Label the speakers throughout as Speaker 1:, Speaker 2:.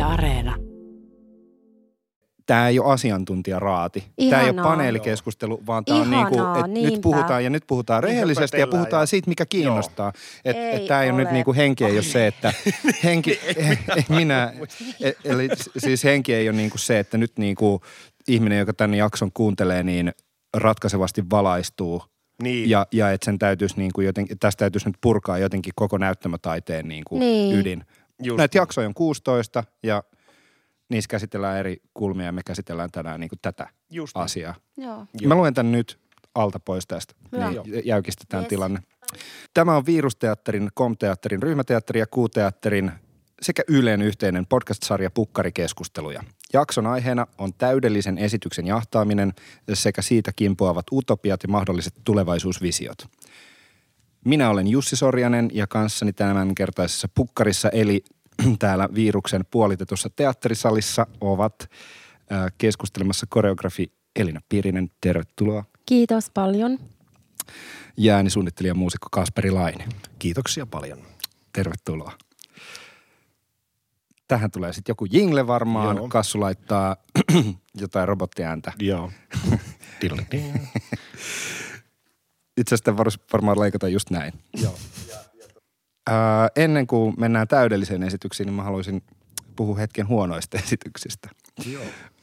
Speaker 1: Areena.
Speaker 2: Tämä ei ole asiantuntijaraati.
Speaker 3: Ihanaa.
Speaker 2: Tämä ei ole paneelikeskustelu, vaan tämä on niinku, että nyt puhutaan rehellisesti ja puhutaan siitä, mikä kiinnostaa. Että tämä ei ole nyt niinku, henki ei ole se, että eli siis henki ei ole niinku se, että nyt niinku ihminen, joka tämän jakson kuuntelee, niin ratkaisevasti valaistuu.
Speaker 4: Niin.
Speaker 2: Ja että sen täytyisi niinku jotenkin, tästä täytyisi nyt purkaa jotenkin koko näyttämötaiteen niinku ydin. Näitä jaksoja on 16 ja niissä käsitellään eri kulmia ja me käsitellään tänään niinku tätä asiaa.
Speaker 3: Joo.
Speaker 2: Mä luen tän nyt alta pois tästä, niin jäykistetään tilanne. Tämä on Virusteatterin, Komteatterin, Ryhmäteatterin ja Q-teatterin sekä Ylen yhteinen podcast-sarja Pukkarikeskusteluja. Jakson aiheena on täydellisen esityksen jahtaaminen sekä siitä kimpoavat utopiat ja mahdolliset tulevaisuusvisiot. Minä olen Jussi Sorjanen ja kanssani tämänkertaisessa Pukkarissa eli täällä Viruksen puolitetussa teatterisalissa ovat keskustelemassa koreografi Elina Pirinen. Tervetuloa.
Speaker 3: Kiitos paljon.
Speaker 2: Ja äänisuunnittelija muusikko Kasperi Laine.
Speaker 4: Kiitoksia paljon.
Speaker 2: Tervetuloa. Tähän tulee sitten joku jingle varmaan. Joo. Kassu laittaa jotain robottiääntä.
Speaker 4: Joo.
Speaker 2: Itse asiassa varmaan leikata just näin.
Speaker 4: Joo.
Speaker 2: Ennen kuin mennään täydelliseen esityksiin, niin mä haluaisin puhua hetken huonoista esityksistä.
Speaker 4: Joo.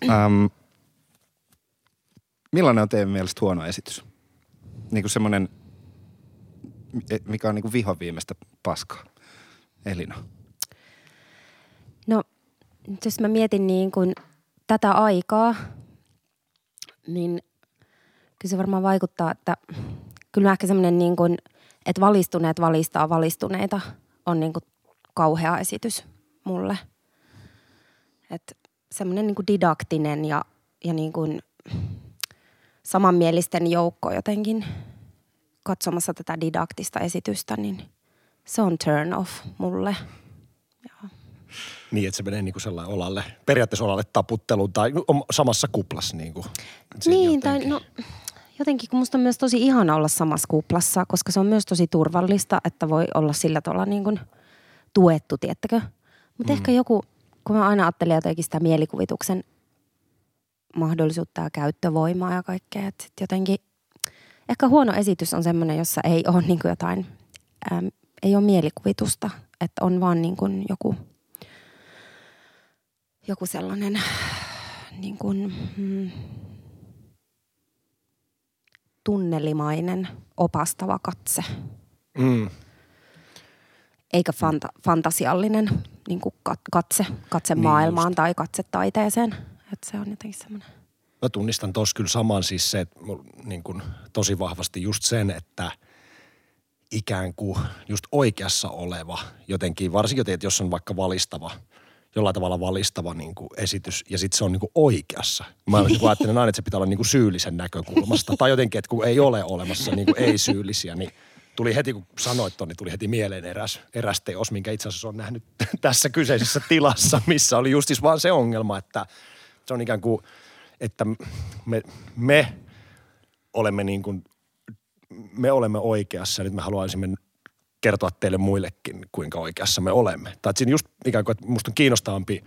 Speaker 2: Millainen on teidän mielestä huono esitys? Niinku semmoinen, mikä on niinku vihon viimeistä paskaa. Elina.
Speaker 3: No, jos mä mietin niin kuin tätä aikaa, niin kyllä se varmaan vaikuttaa, että kyllä ehkä semmoinen niin kuin, että valistuneet valistaa valistuneita on niin kuin kauhea esitys mulle. Että semmoinen niin kuin didaktinen ja niin kuin samanmielisten joukko jotenkin katsomassa tätä didaktista esitystä, niin se on turn off mulle. Joo.
Speaker 4: Niin, että se menee niinku sellainen periaatteessa olalle taputteluun tai samassa kuplassa niinku.
Speaker 3: Niin, tai no jotenkin kun musta on myös tosi ihana olla samassa kuplassa, koska se on myös tosi turvallista, että voi olla sillä tavalla niin kuin tuettu, tiettäkö? Mutta ehkä joku, kun mä aina ajattelen jotenkin sitä mielikuvituksen mahdollisuutta ja käyttövoimaa ja kaikkea, että jotenkin ehkä huono esitys on semmoinen, jossa ei ole niin kuin jotain, ei ole mielikuvitusta, että on vaan niin kuin joku sellainen niin kuin, tunnelimainen, opastava katse. Eikä fantasiallinen niin kuin katse maailmaan just. Tai katse taiteeseen. Että se on jotenkin semmoinen.
Speaker 4: Mä tunnistan tossa kyllä saman siis se, että niin kuin tosi vahvasti just sen, että ikään kuin just oikeassa oleva jotenkin, varsinkin että jos on vaikka jollain tavalla valistava niin kuin esitys ja sitten se on niin kuin oikeassa. Mä niin ajattelen aina, että se pitää olla niin kuin syyllisen näkökulmasta tai jotenkin, että kun ei ole olemassa niin kuin ei-syyllisiä, niin tuli heti, kun sanoit ton, niin tuli heti mieleen eräs teos, minkä itse asiassa on nähnyt tässä kyseisessä tilassa, missä oli justis vaan se ongelma, että se on ikään kuin, että me olemme niin kuin, me olemme oikeassa ja nyt me haluaisimme kertoa teille muillekin, kuinka oikeassa me olemme. Tai siinä just ikään kuin, että musta on kiinnostavampi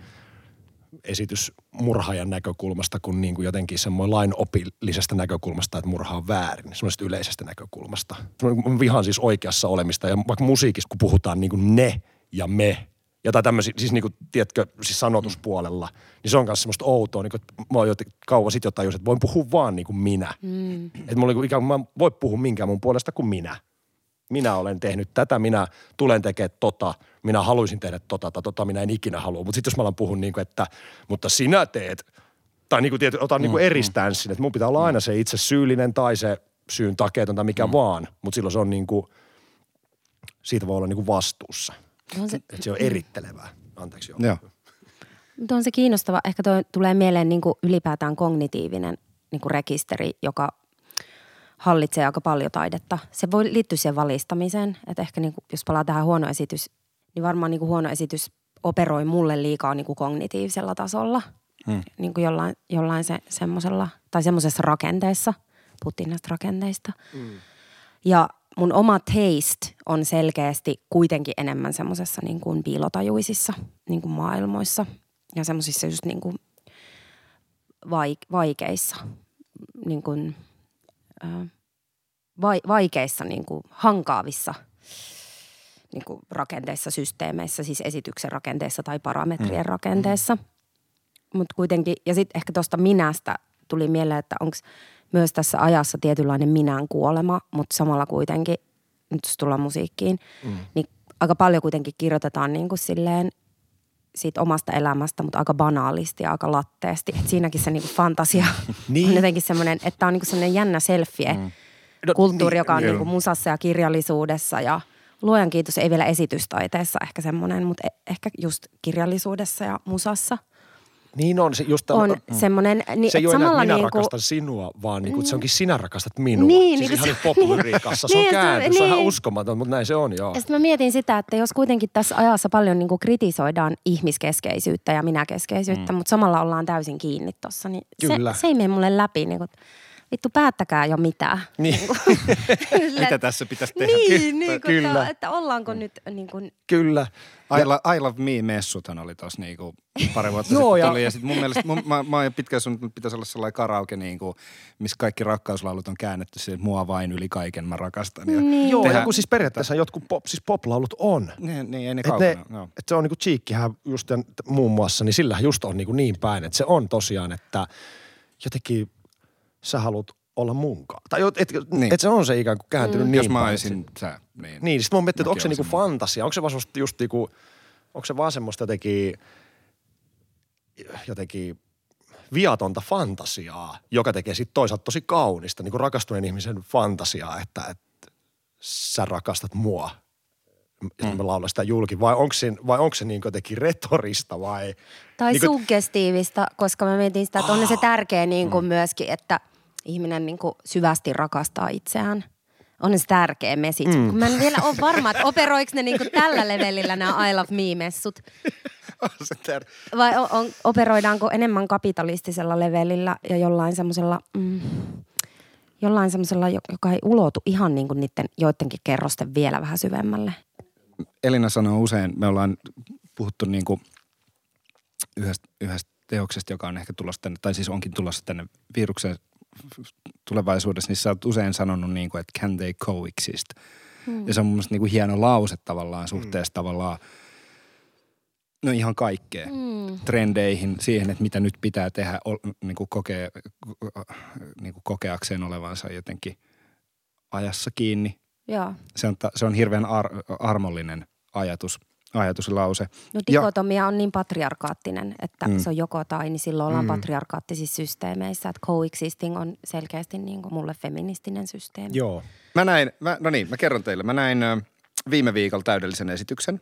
Speaker 4: esitys murhaajan näkökulmasta kuin, niin kuin jotenkin semmoinen lainopillisesta näkökulmasta, että murha on väärin, semmoisesta yleisestä näkökulmasta. Mä vihaan siis oikeassa olemista ja vaikka musiikissa, kun puhutaan niin kuin ne ja me, jotain tämmöisiä, siis niin kuin, tiedätkö, siis sanotuspuolella, niin se on myös semmoista outoa, niin kuin, että mä oon kauan sitten jo tajusin, että voin puhua vaan niin kuin minä. Että mulla on ikään kuin, mä voi puhua minkään mun puolesta kuin minä. Minä olen tehnyt tätä, minä tulen tekemään tota, minä haluaisin tehdä tota minä en ikinä halua. Mutta sitten jos mä alan puhua niin kuin, että mutta sinä teet, tai niin kuin otan niin kuin eri stanssin, että mun pitää olla aina se itse syyllinen tai se syyn takeeton tai mikä vaan. Mutta silloin se on niin kuin, siitä voi olla niin kuin vastuussa. Että se on erittelevää. Anteeksi joo.
Speaker 3: Mutta on se kiinnostava. Ehkä tulee mieleen niin kuin ylipäätään kognitiivinen niin kuin rekisteri, joka hallitsee aika paljon taidetta. Se voi liittyä siihen valistamiseen, että ehkä niin kuin, jos palaa tähän huono esitys, niin varmaan niin kuin huono esitys operoi mulle liikaa niin kuin kognitiivisella tasolla. Niin kuin jollain semmoisella, tai semmoisessa rakenteessa. Puhuttiin näistä rakenteista. Ja mun oma taste on selkeästi kuitenkin enemmän semmoisessa niin kuin piilotajuisissa niin kuin maailmoissa. ja semmoisissa just niin kuin vaikeissa, niin kuin, vaikeissa niin kuin hankaavissa niin kuin rakenteissa, systeemeissä, siis esityksen rakenteessa tai parametrien rakenteessa. Mutta kuitenkin, ja sitten ehkä tuosta minästä tuli mieleen, että onko myös tässä ajassa tietynlainen minän kuolema, mutta samalla kuitenkin, nyt jos tullaan musiikkiin, niin aika paljon kuitenkin kirjoitetaan niin kuin silleen siitä omasta elämästä, mutta aika banaalisti ja aika latteesti. Et siinäkin se niinku fantasia on jotenkin semmoinen, että on niinku semmoinen jännä selfie-kulttuuri, joka on niinku musassa ja kirjallisuudessa ja luojan kiitos ei vielä esitystaiteessa ehkä semmoinen, mutta ehkä just kirjallisuudessa ja musassa.
Speaker 4: Niin on, se just
Speaker 3: on semmoinen. Niin,
Speaker 4: se ei ole enää, minä
Speaker 3: niinku,
Speaker 4: rakastan sinua, vaan niinku, se onkin sinä rakastat minua.
Speaker 3: Niin,
Speaker 4: siis
Speaker 3: niin,
Speaker 4: ihan pop-lyriikassa. Se on kääntys, se on ihan uskomaton, mutta näin se on, joo.
Speaker 3: Ja sitten mä mietin sitä, että jos kuitenkin tässä ajassa paljon niinku kritisoidaan ihmiskeskeisyyttä ja minäkeskeisyyttä, mutta samalla ollaan täysin kiinni tossa, niin se ei mene mulle läpi. Niinku, vittu, päättäkää jo mitään.
Speaker 4: Niin.
Speaker 2: Mitä tässä pitäisi tehdä?
Speaker 3: Niin, kyllä. Että ollaanko nyt niin kuin...
Speaker 4: Kyllä.
Speaker 2: I Love Me-messuthan oli tossa niinku pari vuotta sitten tuli. Ja sit mun mielestä, mä oon pitkään sun pitäisi olla sellainen karaoke niinku, missä kaikki rakkauslaulut on käännetty siihen, mua vain yli kaiken mä rakastan. Ja
Speaker 3: niin.
Speaker 4: Joo, ja kun siis periaatteessa jotkut poplaulut on.
Speaker 2: Niin, ei ne kaukana.
Speaker 4: Että se on niinku Cheekkihän just muun muassa, niin sillähän just on niinku niin päin, että se on tosiaan, että jotenkin sä haluat olla munkaan. Tai et se on se ikään kuin kääntynyt niin
Speaker 2: jos mä olisin sä.
Speaker 4: Niin, sit mä miettinyt, että onko se niinku fantasia, onko se vaan semmoista just niinku, onko se vaan semmoista jotenkin viatonta fantasiaa, joka tekee sit toisaalta tosi kaunista, niinku rakastuneen ihmisen fantasiaa, että sä rakastat mua. Ja mä laulan sitä julki. Vai onko se niin jotenkin retorista vai?
Speaker 3: Tai
Speaker 4: niin
Speaker 3: suggestiivista, koska mä mietin sitä, että on se tärkeä niin kuin myöskin, että ihminen niin kuin syvästi rakastaa itseään. On se tärkeä message. Kun mä en vielä ole varma, että operoiko ne niin kuin tällä levelillä nämä I Love Me-messut. Vai operoidaanko enemmän kapitalistisella levelillä ja jollain semmoisella... joka ei ulotu ihan niin kuin niiden joidenkin kerrosten vielä vähän syvemmälle.
Speaker 2: Elina sanoo usein, me ollaan puhuttu niin kuin yhdestä teoksesta, joka on ehkä tulossa tänne, tai siis onkin tulossa tänne viruksen tulevaisuudessa, niin sä oot usein sanonut niin kuin, että can they coexist. Ja se on mun mielestä niin kuin hieno lause tavallaan suhteessa tavallaan, no ihan kaikkeen. Trendeihin, siihen, että mitä nyt pitää tehdä, niin kuin kokeakseen olevansa jotenkin ajassa kiinni.
Speaker 3: Joo.
Speaker 2: Se on hirveän armollinen ajatuslause.
Speaker 3: No dikotomia on niin patriarkaattinen, että se on joko tai, niin silloin ollaan patriarkaattisissa systeemeissä, että coexisting on selkeästi niin kuin mulle feministinen systeemi.
Speaker 4: Joo.
Speaker 2: Mä kerron teille. Mä näin viime viikolla täydellisen esityksen.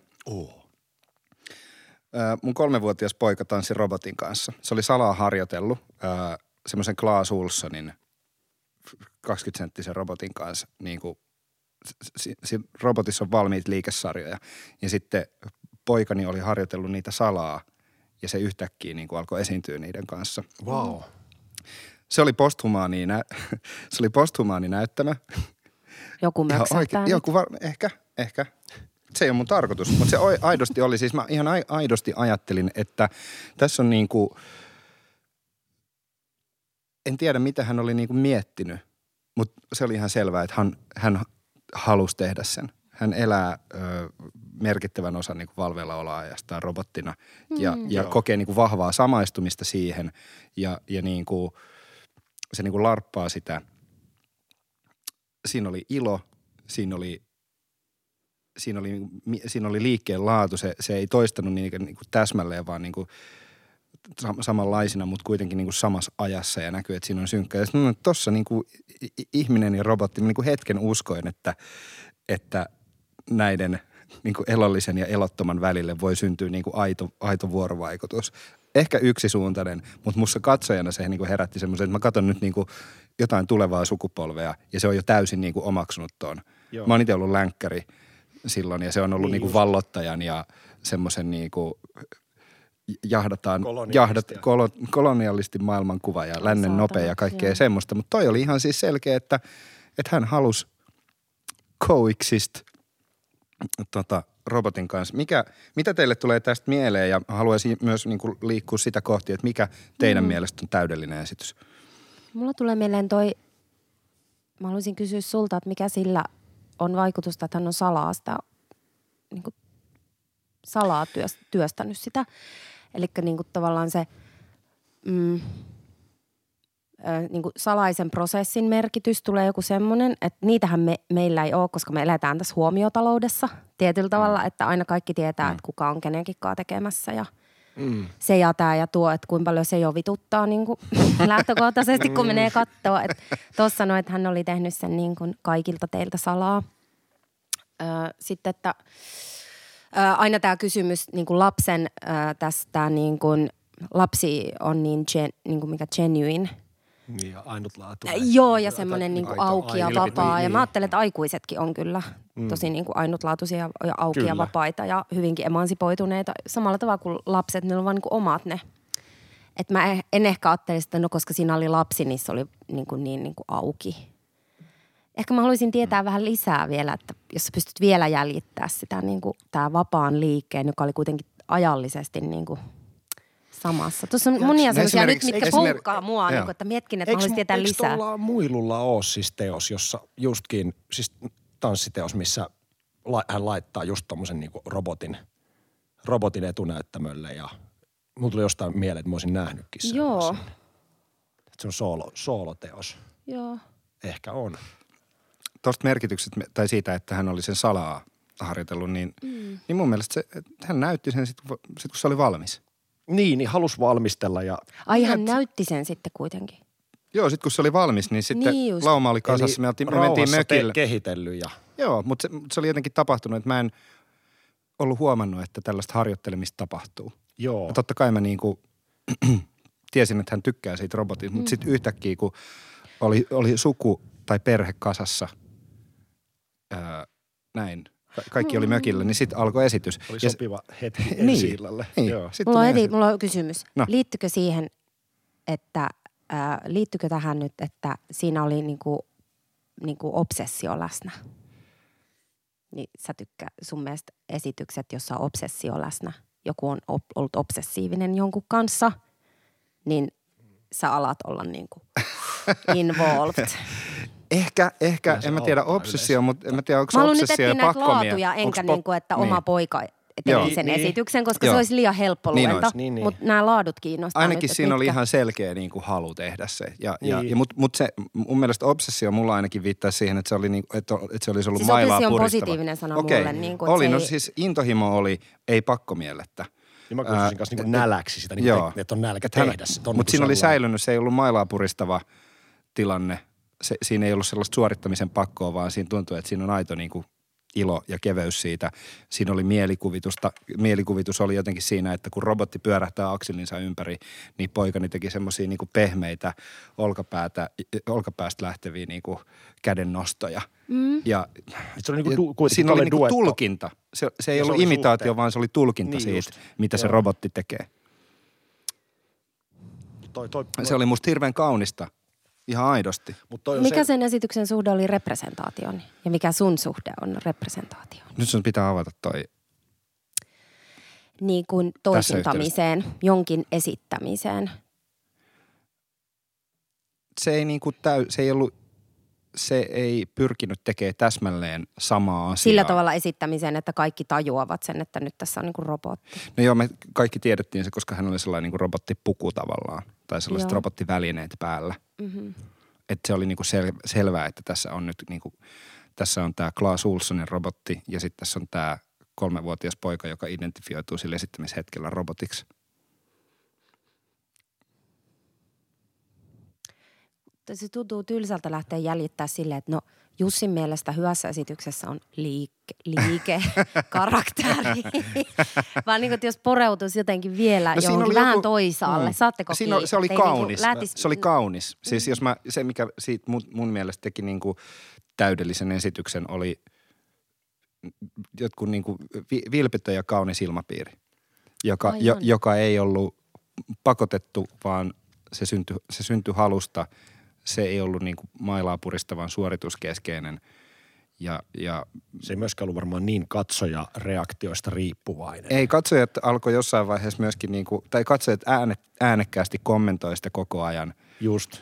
Speaker 2: Mun 3-vuotias poika tanssi robotin kanssa. Se oli salaa harjoitellut semmoisen Claes Ulssonin 20-senttisen robotin kanssa. Niin kuin, robotissa on valmiit liikesarjoja. Ja sitten poikani oli harjoitellut niitä salaa ja se yhtäkkiä niin kuin alkoi esiintyä niiden kanssa.
Speaker 4: Wow.
Speaker 2: Se oli posthumaani näyttämä.
Speaker 3: Joku möksähtää.
Speaker 2: Ehkä. Se ei ole mun tarkoitus, mutta se aidosti oli. Siis mä ihan aidosti ajattelin, että tässä on niinku, en tiedä mitä hän oli niinku miettinyt, mutta se oli ihan selvää, että hän halusi tehdä sen. Hän elää merkittävän osan niinku valveillaoloajastaan robottina ja kokee niinku vahvaa samaistumista siihen ja niinku, se niinku larppaa sitä. Siinä oli ilo, siinä oli liikkeen laatu, se ei toistanut niin kuin täsmälleen, vaan niin kuin samanlaisina, mutta kuitenkin niin kuin samassa ajassa ja näkyy, että siinä on synkkä. Ja tuossa niin kuin ihminen ja robotti, niin kuin hetken uskoin, että näiden niin kuin elollisen ja elottoman välille voi syntyä niin kuin aito vuorovaikutus. Ehkä yksisuuntainen, mutta musta katsojana se niin kuin herätti semmoisen, että mä katson nyt niin kuin jotain tulevaa sukupolvea ja se on jo täysin niin kuin omaksunut ton. Joo. Mä oon itse ollut länkkäri silloin ja se on ollut niinku vallottajan ja semmoisen niinku kolonialistin maailmankuva ja lännen nopea ja kaikkea semmoista. Mutta toi oli ihan siis selkeä, että hän halusi coexist robotin kanssa. Mitä teille tulee tästä mieleen ja haluaisin myös niin kuin liikkua sitä kohti, että mikä teidän mielestä on täydellinen esitys?
Speaker 3: Mulla tulee mieleen mä haluaisin kysyä sulta, että mikä sillä on vaikutusta, että hän on niin kuin salaa työstänyt sitä. Eli niin kuin tavallaan se niin kuin salaisen prosessin merkitys tulee joku semmoinen, että niitähän meillä ei ole, koska me eletään tässä huomiotaloudessa tietyllä tavalla, että aina kaikki tietää, että kuka on kenenkinkaan tekemässä ja se ja tämä ja tuo, että kuinka paljon se jo vituttaa niin kuin lähtökohtaisesti, kun menee katsoa. Tuossa sanoi, että hän oli tehnyt sen niin kuin kaikilta teiltä salaa. Sitten, että aina tämä kysymys niin kuin lapsen tästä niin kuin lapsi on niin kuin mikä genuine.
Speaker 4: Niin ja ainutlaatuinen.
Speaker 3: Joo, ja semmoinen niin kuin auki ja vapaa. Ja mä ajattelen, että aikuisetkin on kyllä tosi niin kuin ainutlaatuisia ja auki ja vapaita ja hyvinkin emansipoituneita. Samalla tavalla kuin lapset, ne on vaan niin kuin omat ne. Että mä en ehkä ajattelisi, että no koska siinä oli lapsi, niin se oli niin kuin auki. Ehkä mä haluaisin tietää vähän lisää vielä, että jos sä pystyt vielä jäljittämään sitä niin kuin tää vapaan liikkeen, joka oli kuitenkin ajallisesti niin kuin samassa. Tuossa on monia sellaisia nyt, mitkä poukkaa mua, niin kuin, että mietkin, että mä haluaisin tietää lisää.
Speaker 4: Eikö tuolla Muilulla ole siis teos, jossa justkin, siis tanssiteos, missä hän laittaa just tommosen niin kuin robotin etunäyttämölle ja mulla tuli jostain mieleen, että mä olisin nähnytkin sen.
Speaker 3: Joo.
Speaker 2: Että
Speaker 4: se on sooloteos.
Speaker 3: Joo.
Speaker 4: Ehkä on.
Speaker 2: Tuosta merkityksestä tai siitä, että hän oli sen salaa harjoitellut, niin mun mielestä hän näytti sen sit kun se oli valmis.
Speaker 4: Niin halusi valmistella ja...
Speaker 3: Ai hän näytti sen sitten kuitenkin.
Speaker 2: Joo, sitten kun se oli valmis, niin sitten lauma oli kasassa. Me mentiin mökille.
Speaker 4: Kehitellyt ja...
Speaker 2: Joo, mutta se oli jotenkin tapahtunut, että mä en ollut huomannut, että tällaista harjoittelemista tapahtuu.
Speaker 4: Joo.
Speaker 2: Ja totta kai mä niinku tiesin, että hän tykkää siitä robotista, mutta sitten yhtäkkiä, kun oli suku tai perhe kasassa, näin, kaikki oli mökillä, niin sitten alkoi esitys.
Speaker 4: Oli sopiva hetki ensi-illalle.
Speaker 2: Niin.
Speaker 4: Joo.
Speaker 3: Mulla on kysymys. No. Liittyykö siihen, että liittyykö tähän nyt, että siinä oli niinku obsessio läsnä? Niin sä tykkää sun mielestä esitykset, jossa on obsessio läsnä. Joku on ollut obsessiivinen jonkun kanssa, niin sä alat olla niinku involved.
Speaker 2: Ehkä en mä tiedä obsessio, mutta en mä tiedä, onko se obsessio ja pakkomia.
Speaker 3: Mä haluan nyt etsiä näitä laatuja, enkä niinku, että oma poika teki sen esityksen, koska se olisi liian helppo luenta. Mutta nämä laadut kiinnostaa.
Speaker 2: Ainakin
Speaker 3: nyt,
Speaker 2: siinä oli ihan selkeä niinku halu tehdä se. Mutta se, mun mielestä obsessio mulla ainakin viittaisi siihen, että se oli niinku, että se olisi ollut
Speaker 3: siis
Speaker 2: mailaa
Speaker 3: puristava.
Speaker 2: Siis
Speaker 3: obsessio on positiivinen sana mulle. Niin kuin,
Speaker 2: oli, no siis intohimo oli, ei pakkomielettä.
Speaker 4: Ja mä kysyisin kanssa niinku näläksi sitä, että on nälkä tehdä se.
Speaker 2: Mutta siinä oli säilynyt, se ei ollut mailaa puristava tilanne. Siinä ei ollut sellaista suorittamisen pakkoa, vaan siinä tuntui, että siinä on aito niin kuin ilo ja keveys siitä. Siinä oli mielikuvitusta. Mielikuvitus oli jotenkin siinä, että kun robotti pyörähtää akselinsa ympäri, niin poikani teki semmoisia niin kuin pehmeitä olkapäästä lähteviä niin kuin kädennostoja. Ja
Speaker 4: se oli niin kuin
Speaker 2: siinä oli niin kuin tulkinta. Se ei ollut imitaatio, vaan se oli tulkinta siitä, mitä se robotti tekee. Se oli musta hirveän kaunista. Ihan aidosti.
Speaker 3: Mikä sen esityksen suhde oli representaatioon ja mikä sun suhde on representaatioon?
Speaker 2: Nyt sun pitää avata toi.
Speaker 3: Niin kuin toisintamiseen, jonkin esittämiseen.
Speaker 2: Se ei pyrkinyt tekemään täsmälleen samaa asiaa.
Speaker 3: Sillä tavalla esittämiseen, että kaikki tajuavat sen, että nyt tässä on niin kuin robotti.
Speaker 2: No joo, me kaikki tiedettiin se, koska hän oli sellainen niin kuin robottipuku tavallaan. Tai sellaiset robottivälineet päällä. Mm-hmm. Että se oli niin kuin selvää, että tässä on nyt niin kuin, tässä on tämä Claes Olssonin robotti ja sitten tässä on tämä 3-vuotias poika, joka identifioituu sillä esittämishetkellä robotiksi.
Speaker 3: Se tuntuu tylsältä lähteä jäljittää silleen, että no Jussin mielestä hyvässä esityksessä on liike karakteri. Vaan niin kuin, että jos poreutuisi jotenkin vielä johonkin vähän toisaalle. Saatteko kiinni?
Speaker 2: Se oli kaunis. Se oli kaunis. Siis jos se mikä siitä mun mielestä teki niin kuin täydellisen esityksen oli jotkut niin kuin vilpitön ja kaunis ilmapiiri, joka ei ollut pakotettu, vaan se syntyi halusta. Se ei ollut niin kuin mailaa puristavan suorituskeskeinen Ja
Speaker 4: se ei myöskään ollut varmaan niin katsojareaktioista riippuvainen.
Speaker 2: Ei, katsojat alkoi jossain vaiheessa myöskin tai katsojat äänekkäästi kommentoi sitä koko ajan.
Speaker 4: Just.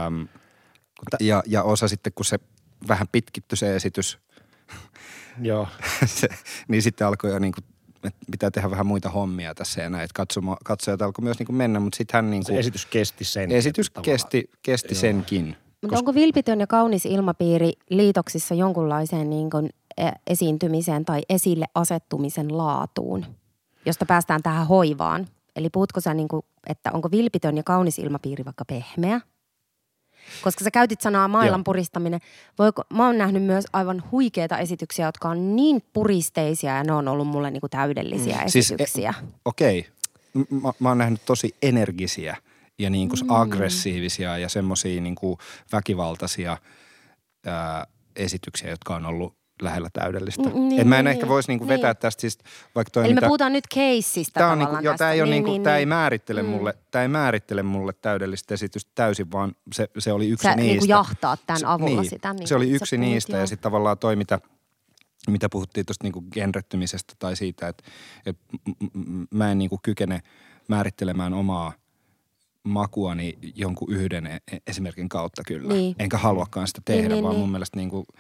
Speaker 2: Ja osa sitten, kun se vähän pitkittyi se esitys,
Speaker 4: joo.
Speaker 2: niin sitten alkoi jo että pitää tehdä vähän muita hommia tässä ja näin. Katsojat alkoi myös mennä, mutta sitten hän
Speaker 4: se esitys kesti sen.
Speaker 2: Esitys kesti senkin.
Speaker 3: Mutta onko vilpitön ja kaunis ilmapiiri liitoksissa jonkunlaiseen esiintymiseen tai esille asettumisen laatuun, josta päästään tähän hoivaan? Eli puhutko sä että onko vilpitön ja kaunis ilmapiiri vaikka pehmeä? Koska sä käytit sanaa mailan puristaminen. Mä oon nähnyt myös aivan huikeita esityksiä, jotka on niin puristeisia ja ne on ollut mulle täydellisiä esityksiä.
Speaker 2: Okei. Mä oon nähnyt tosi energisiä ja aggressiivisia ja semmosia väkivaltaisia esityksiä, jotka on ollut lähellä täydellistä. Mä en ehkä voisi vetää tästä siis vaikka toi
Speaker 3: eli me puhutaan nyt keissistä tavallaan tästä.
Speaker 2: Tää ei määrittele mulle täydellistä esitystä täysin, vaan se oli yksi niistä.
Speaker 3: Sä jahtaat tämän avulla sitä.
Speaker 2: Se oli yksi niistä ja sitten tavallaan toi, mitä puhuttiin tuosta genrettymisestä tai siitä, että mä en kykene määrittelemään omaa makuani jonkun yhden esimerkin kautta kyllä. Niin. Enkä haluakaan sitä tehdä, vaan mun mielestä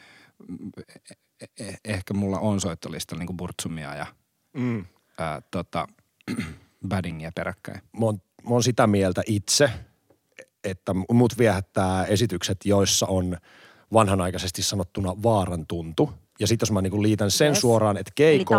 Speaker 2: ehkä mulla on soittolistalla Burtsumia ja Baddingia peräkkäin.
Speaker 4: Mä oon sitä mieltä itse, että mut viehättää esitykset, joissa on vanhanaikaisesti sanottuna vaaran tuntu. Ja sitten jos mä liitän sen suoraan, että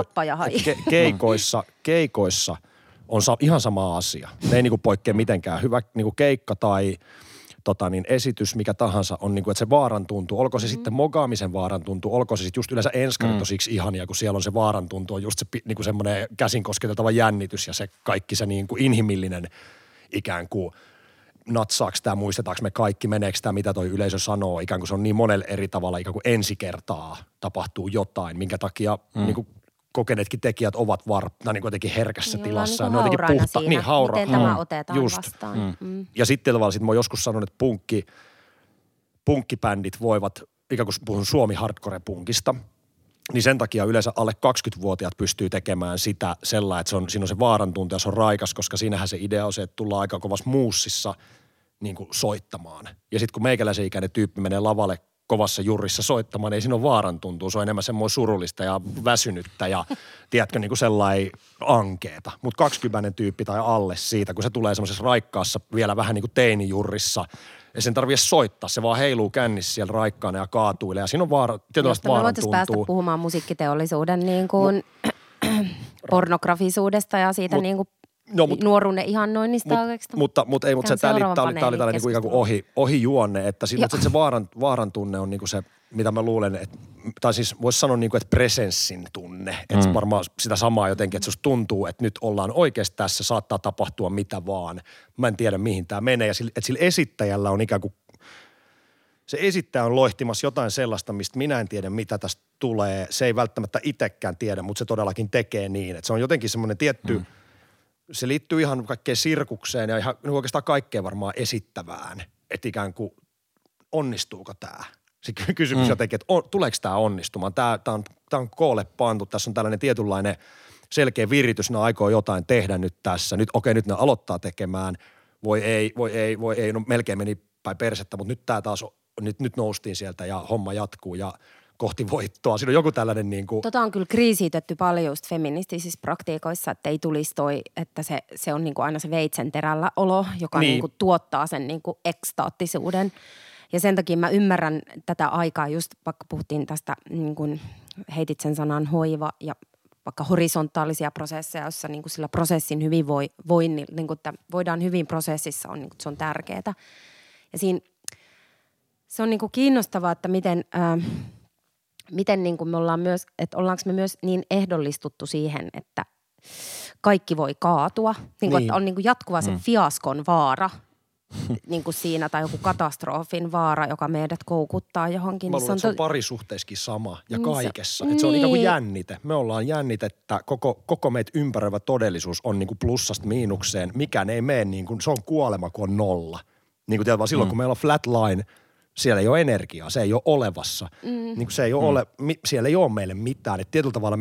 Speaker 4: keikoissa on ihan sama asia. Ne ei poikkea mitenkään. Hyvä keikka tai esitys, mikä tahansa on että se vaaran tuntuu. Olko se sitten mogaamisen vaaran tuntuu, olko se sitten just yleensä enskarit on siksi ihania, kun siellä on se vaaran tuntuu, on just se semmoinen käsin kosketeltava jännitys ja se kaikki se inhimillinen ikään kuin natsaaks tämä, muistetaanko me kaikki, meneekö tämä, mitä toi yleisö sanoo, ikään kuin se on niin monella eri tavalla, ikään kuin ensi kertaa tapahtuu jotain, minkä takia kokeneetkin tekijät ovat jotenkin herkässä tilassa.
Speaker 3: Ne on hauraana siinä, miten tämä otetaan
Speaker 4: just
Speaker 3: vastaan.
Speaker 4: Ja sitten tavallaan mä oon joskus sanonut, että punkkibändit voivat, ikään kuin puhun Suomi hardcore-punkista, niin sen takia yleensä alle 20-vuotiaat pystyy tekemään sitä sellainen, että siinä on se vaarantunti ja se on raikas, koska siinähän se idea on se, että tullaan aika kovassa muussissa soittamaan. Ja sitten kun meikäläisen ikäinen tyyppi menee lavalle kovassa jurrissa soittamaan, ei siinä ole vaaran tuntuu. Se on enemmän semmoinen surullista ja väsynyttä ja tiedätkö sellainen ankeeta. Mutta 20 tyyppi tai alle siitä, kun se tulee semmoisessa raikkaassa vielä vähän teinijurrissa, ja sen tarvitse soittaa, se vaan heiluu kännissä siellä raikkaana ja kaatuilee. Ja siinä on tietynlaista vaaran tuntuu.
Speaker 3: Me voitaisiin päästä puhumaan musiikkiteollisuuden pornografisuudesta ja siitä nuoruuden ihannoinnista.
Speaker 4: Mutta ei, mutta tämä oli tällainen ikään kuin ohijuonne, että se vaaran tunne on se, mitä mä luulen, että, tai siis voisi sanoa että presenssin tunne, että varmaan sitä samaa jotenkin, että se tuntuu, että nyt ollaan oikeasti tässä, saattaa tapahtua mitä vaan. Mä en tiedä mihin tämä menee ja että sillä esittäjällä on ikään kuin, se esittäjä on loihtimassa jotain sellaista, mistä minä en tiedä mitä tästä tulee. Se ei välttämättä itsekään tiedä, mutta se todellakin tekee niin, että se on jotenkin semmoinen tietty, se liittyy ihan kaikkeen sirkukseen ja ihan oikeastaan kaikkeen varmaan esittävään, että ikään kuin onnistuuko tämä? Se kysymys jotenkin, että tuleeko tämä onnistumaan? Tämä on koolle pantu, tässä on tällainen tietynlainen selkeä viritys, ne aikoo jotain tehdä nyt tässä. Nyt ne aloittaa tekemään, voi ei, no melkein meni päin persettä, mutta nyt tämä taas, nyt noustiin sieltä ja homma jatkuu ja kohti voittoa. Siinä on joku tällainen
Speaker 3: Tota on kyllä kriisitetty paljon just feministisissä praktiikoissa, että ei tulisi että se on aina se veitsen terällä olo, joka tuottaa sen ekstaattisuuden. Ja sen takia mä ymmärrän tätä aikaa, just vaikka puhuttiin tästä, heitit sen sanan hoiva ja vaikka horisontaalisia prosesseja, joissa sillä prosessin hyvinvoinnilla, että voidaan hyvin prosessissa, se on tärkeää. Ja siinä se on kiinnostavaa, että miten me ollaan myös, että ollaanko me myös niin ehdollistuttu siihen, että kaikki voi kaatua. Että on jatkuva se fiaskon vaara siinä tai joku katastrofin vaara, joka meidät koukuttaa johonkin.
Speaker 4: Mä luulen, että se on parisuhteissakin sama ja kaikessa. Että se on ikään kuin jännite. Me ollaan jännitettä. Koko meitä ympäröivä todellisuus on plussasta miinukseen. Mikään ei mene se on kuolema, kun on nolla. Vaan silloin, kun meillä on flatline, siellä ei ole energiaa, se ei ole olevassa. Niin kuin se ei ole siellä ei ole meille mitään. Et tietyllä tavalla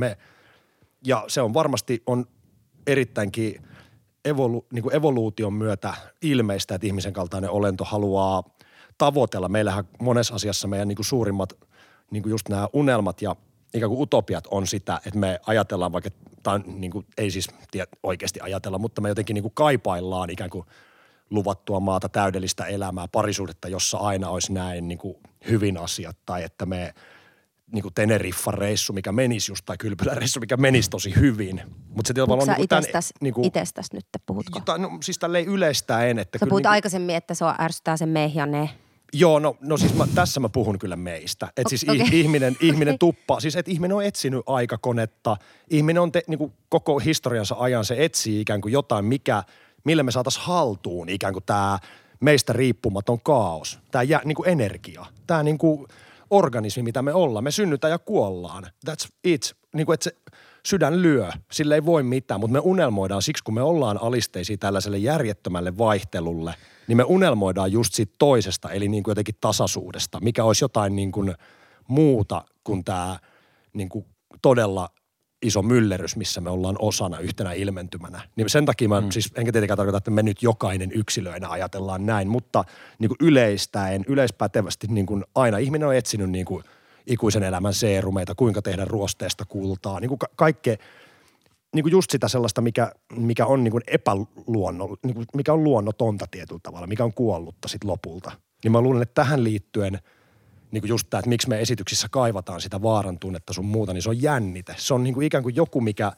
Speaker 4: ja se on varmasti erittäinkin niin kuin evoluution myötä ilmeistä, että ihmisen kaltainen olento haluaa tavoitella. Meillähän monessa asiassa meidän niin kuin suurimmat niin kuin just nämä unelmat ja ikään kuin utopiat on sitä, että me ajatellaan vaikka, tai niin kuin, ei siis oikeasti ajatella, mutta me jotenkin niin kuin kaipaillaan ikään kuin luvattua maata, täydellistä elämää, parisuhdetta, jossa aina olisi näin niin kuin hyvin asiat, tai että me niin kuin Teneriffan reissu, mikä menisi just, tai Kylpylän reissu, mikä menisi tosi hyvin. Mutta se
Speaker 3: tavallaan on niin kuin itsestäs nyt, puhutko?
Speaker 4: No siis tälleen yleistäen, että
Speaker 3: sä puhut aikaisemmin, että se ärsyttää se me ja ne.
Speaker 4: Joo, no siis tässä mä puhun kyllä meistä. Että siis ihminen tuppaa, siis että ihminen on etsinyt aikakonetta, ihminen on niin kuin koko historiansa ajan se etsii ikään kuin jotain, millä me saataisiin haltuun ikään kuin tämä meistä riippumaton kaos, tämä niin kuin energia, tämä niin kuin organismi, mitä me ollaan. Me synnytään ja kuollaan. That's it. Niin kuin, että se sydän lyö, sille ei voi mitään, mutta me unelmoidaan siksi, kun me ollaan alisteisia tällaiselle järjettömälle vaihtelulle, niin me unelmoidaan just siitä toisesta, eli niin kuin jotenkin tasaisuudesta, mikä olisi jotain niin kuin muuta kuin tämä niin kuin todella iso myllerrys, missä me ollaan osana yhtenä ilmentymänä. Niin sen takia mä siis enkä tietenkään tarkoita, että me nyt jokainen yksilöinä ajatellaan näin, mutta niin kuin yleispätevästi niin kuin aina ihminen on etsinyt niin kuin ikuisen elämän seerumeita, kuinka tehdä ruosteesta kultaa, niin kuin kaikkea, niin kuin just sitä sellaista, mikä on niin kuin niin kuin mikä on luonnotonta tietyllä tavalla, mikä on kuollutta sit lopulta. Niin mä luulen, että tähän liittyen niin kuin just tämä, että miksi me esityksissä kaivataan sitä vaaran tunnetta sun muuta, niin se on jännite. Se on niin kuin ikään kuin joku,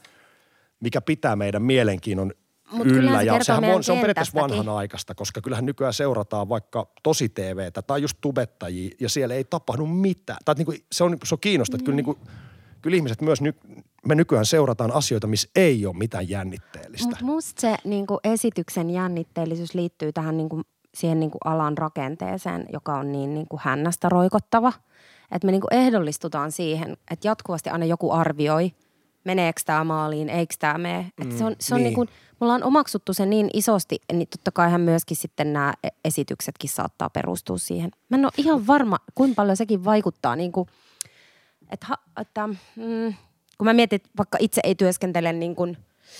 Speaker 4: mikä pitää meidän mielenkiinnon yllä. Ja se on periaatteessa vanhanaikaista, koska kyllähän nykyään seurataan vaikka tosi TVtä tai just tubettajia ja siellä ei tapahdu mitään. Tai niin kuin, se on kiinnostavaa, että kyllä ihmiset myös me nykyään seurataan asioita, missä ei ole mitään jännitteellistä.
Speaker 3: Mutta musta se niin kuin esityksen jännitteellisyys liittyy tähän niin kuin siihen niin kuin alan rakenteeseen, joka on niin kuin hännästä roikottava. Että me niin kuin ehdollistutaan siihen, että jatkuvasti aina joku arvioi, meneekö tämä maaliin, eikö tämä mene. Että se on niin kuin, me ollaan omaksuttu se niin isosti, niin totta kaihan myöskin sitten nämä esityksetkin saattaa perustua siihen. Mä en ole ihan varma, kuinka paljon sekin vaikuttaa niin kuin, kun mä mietin, että vaikka itse ei työskentele niin kuin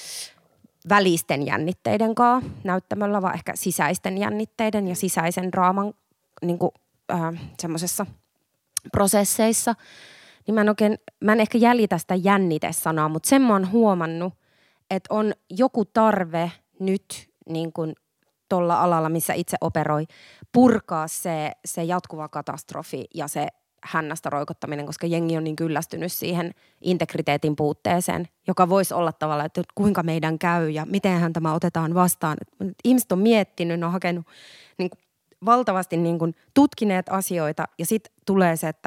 Speaker 3: välisten jännitteiden kanssa näyttämöllä, vaan ehkä sisäisten jännitteiden ja sisäisen draaman niin kuin semmoisessa prosesseissa, niin mä en ehkä jäljitä sitä jännite-sanaa, mutta sen mä oon huomannut, että on joku tarve nyt niin kuin tuolla alalla, missä itse operoi, purkaa se jatkuva katastrofi ja se hännästä roikottaminen, koska jengi on niin kyllästynyt siihen integriteetin puutteeseen, joka voisi olla tavallaan, että kuinka meidän käy ja mitenhän tämä otetaan vastaan. Ihmiset on miettinyt, ne on hakenut niin kuin valtavasti niin kuin tutkineet asioita ja sitten tulee se,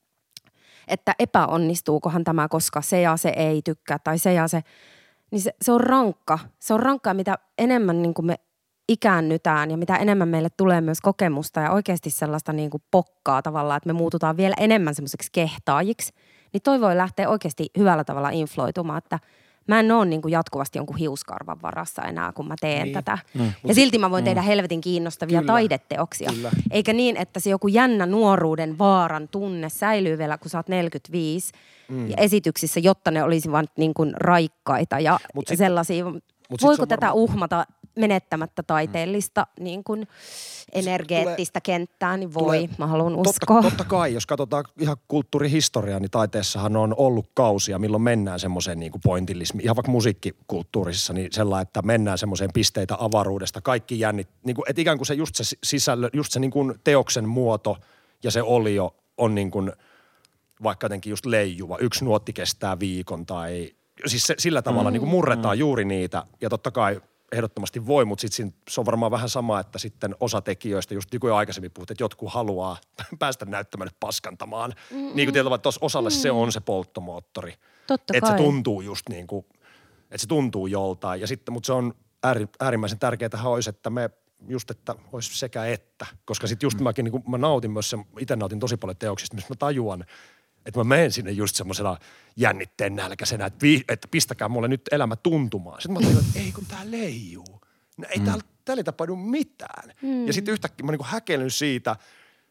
Speaker 3: että epäonnistuukohan tämä, koska se ja se ei tykkää tai se ja se, niin se on rankka. Se on rankkaa, mitä enemmän niin kuin me ikäännytään ja mitä enemmän meille tulee myös kokemusta ja oikeasti sellaista niin kuin pokkaa tavallaan, että me muututaan vielä enemmän semmoiseksi kehtaajiksi, niin toi voi lähteä oikeasti hyvällä tavalla infloitumaan, että mä en ole niin kuin jatkuvasti jonkun hiuskarvan varassa enää, kun mä teen tätä. Ja silti mä voin tehdä helvetin kiinnostavia taideteoksia. Kyllä. Eikä niin, että se joku jännä nuoruuden vaaran tunne säilyy vielä, kun sä oot 45 ja esityksissä, jotta ne olisivat niin kuin raikkaita ja sellaisia. Voiko tätä uhmata menettämättä taiteellista niin kuin energeettistä kenttää, niin voi, mä haluan uskoa.
Speaker 4: Totta kai, jos katsotaan ihan kulttuurihistoriaa, niin taiteessahan on ollut kausia, milloin mennään semmoiseen niin kuin pointillismiin, ihan vaikka musiikkikulttuurisissa, niin sellainen, että mennään semmoiseen pisteitä avaruudesta, kaikki jännit, niin kuin, että ikään kuin se just se sisällö, just se niin kuin teoksen muoto ja se olio on niin kuin vaikka jotenkin just leijuva. Yksi nuotti kestää viikon tai siis sillä tavalla niin kuin murretaan juuri niitä ja totta kai ehdottomasti voi, mutta sitten se on varmaan vähän sama, että sitten osa tekijöistä, just niin kuin jo aikaisemmin puhut, että jotkut haluaa päästä näyttämälle paskantamaan. Niin kuin tietyllä tavalla, että osalle se on se polttomoottori.
Speaker 3: Totta
Speaker 4: että
Speaker 3: kai.
Speaker 4: Se tuntuu just niin kuin, että se tuntuu joltain. Ja sitten, mutta se on äärimmäisen tärkeää olisi, että me just, että olisi sekä että. Koska sitten just mäkin, niin kuin mä nautin myös itse nautin tosi paljon teoksista, missä mä tajuan, että mä menen sinne just semmoisena jännitteen nälkäisenä, että pistäkää mulle nyt elämä tuntumaan. Sitten mä tajuin, että ei kun tää leijuu. Ei täällä ei tapahdu mitään. Ja sitten yhtäkkiä mä niinku häkelyn siitä,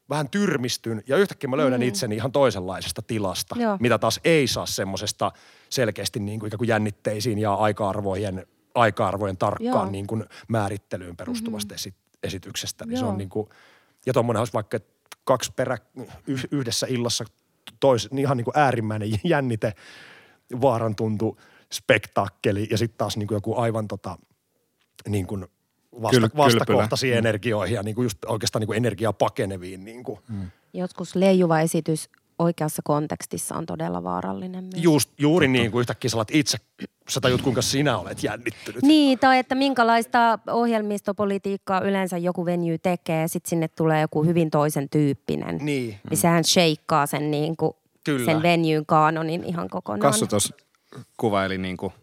Speaker 4: vähän tyrmistyn ja yhtäkkiä mä löydän itseni ihan toisenlaisesta tilasta, mitä taas ei saa semmosesta selkeästi niin kuin ikään kuin jännitteisiin ja aika-arvojen tarkkaan niin kuin määrittelyyn perustuvasta esityksestä. Niin se on niin kuin, ja tommoinen olisi vaikka kaksi yhdessä illassa niin ihan niin kuin äärimmäinen jännite, vaarantuntu, spektaakkeli ja sitten taas niin kuin joku aivan niin kuin vastakohtaisiin energioihin ja niin kuin just oikeastaan niin kuin energiaa pakeneviin. Niin kuin.
Speaker 3: Joskus leijuva esitys oikeassa kontekstissa on todella vaarallinen myös.
Speaker 4: Juuri niin kuin yhtäkkiä sä itse, sä tajut kuinka sinä olet jännittynyt.
Speaker 3: Niin, tai että minkälaista ohjelmistopolitiikkaa yleensä joku venue tekee, sitten sinne tulee joku hyvin toisen tyyppinen. Niin sehän shakeaa sen, niin kuin, sen venuen kaanonin ihan kokonaan.
Speaker 2: Kassu tuossa kuvaili niin kuin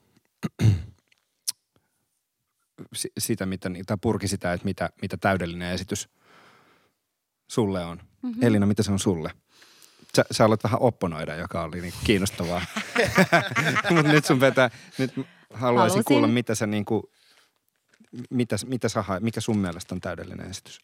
Speaker 2: sitä, tai purki sitä, että mitä täydellinen esitys sulle on. Elina, mitä se on sulle? Sä aloit vähän opponoida, joka oli niin kiinnostavaa. Mutta nyt nyt haluaisin kuulla, mitä sä niin kuin, mikä sun mielestä on täydellinen esitys?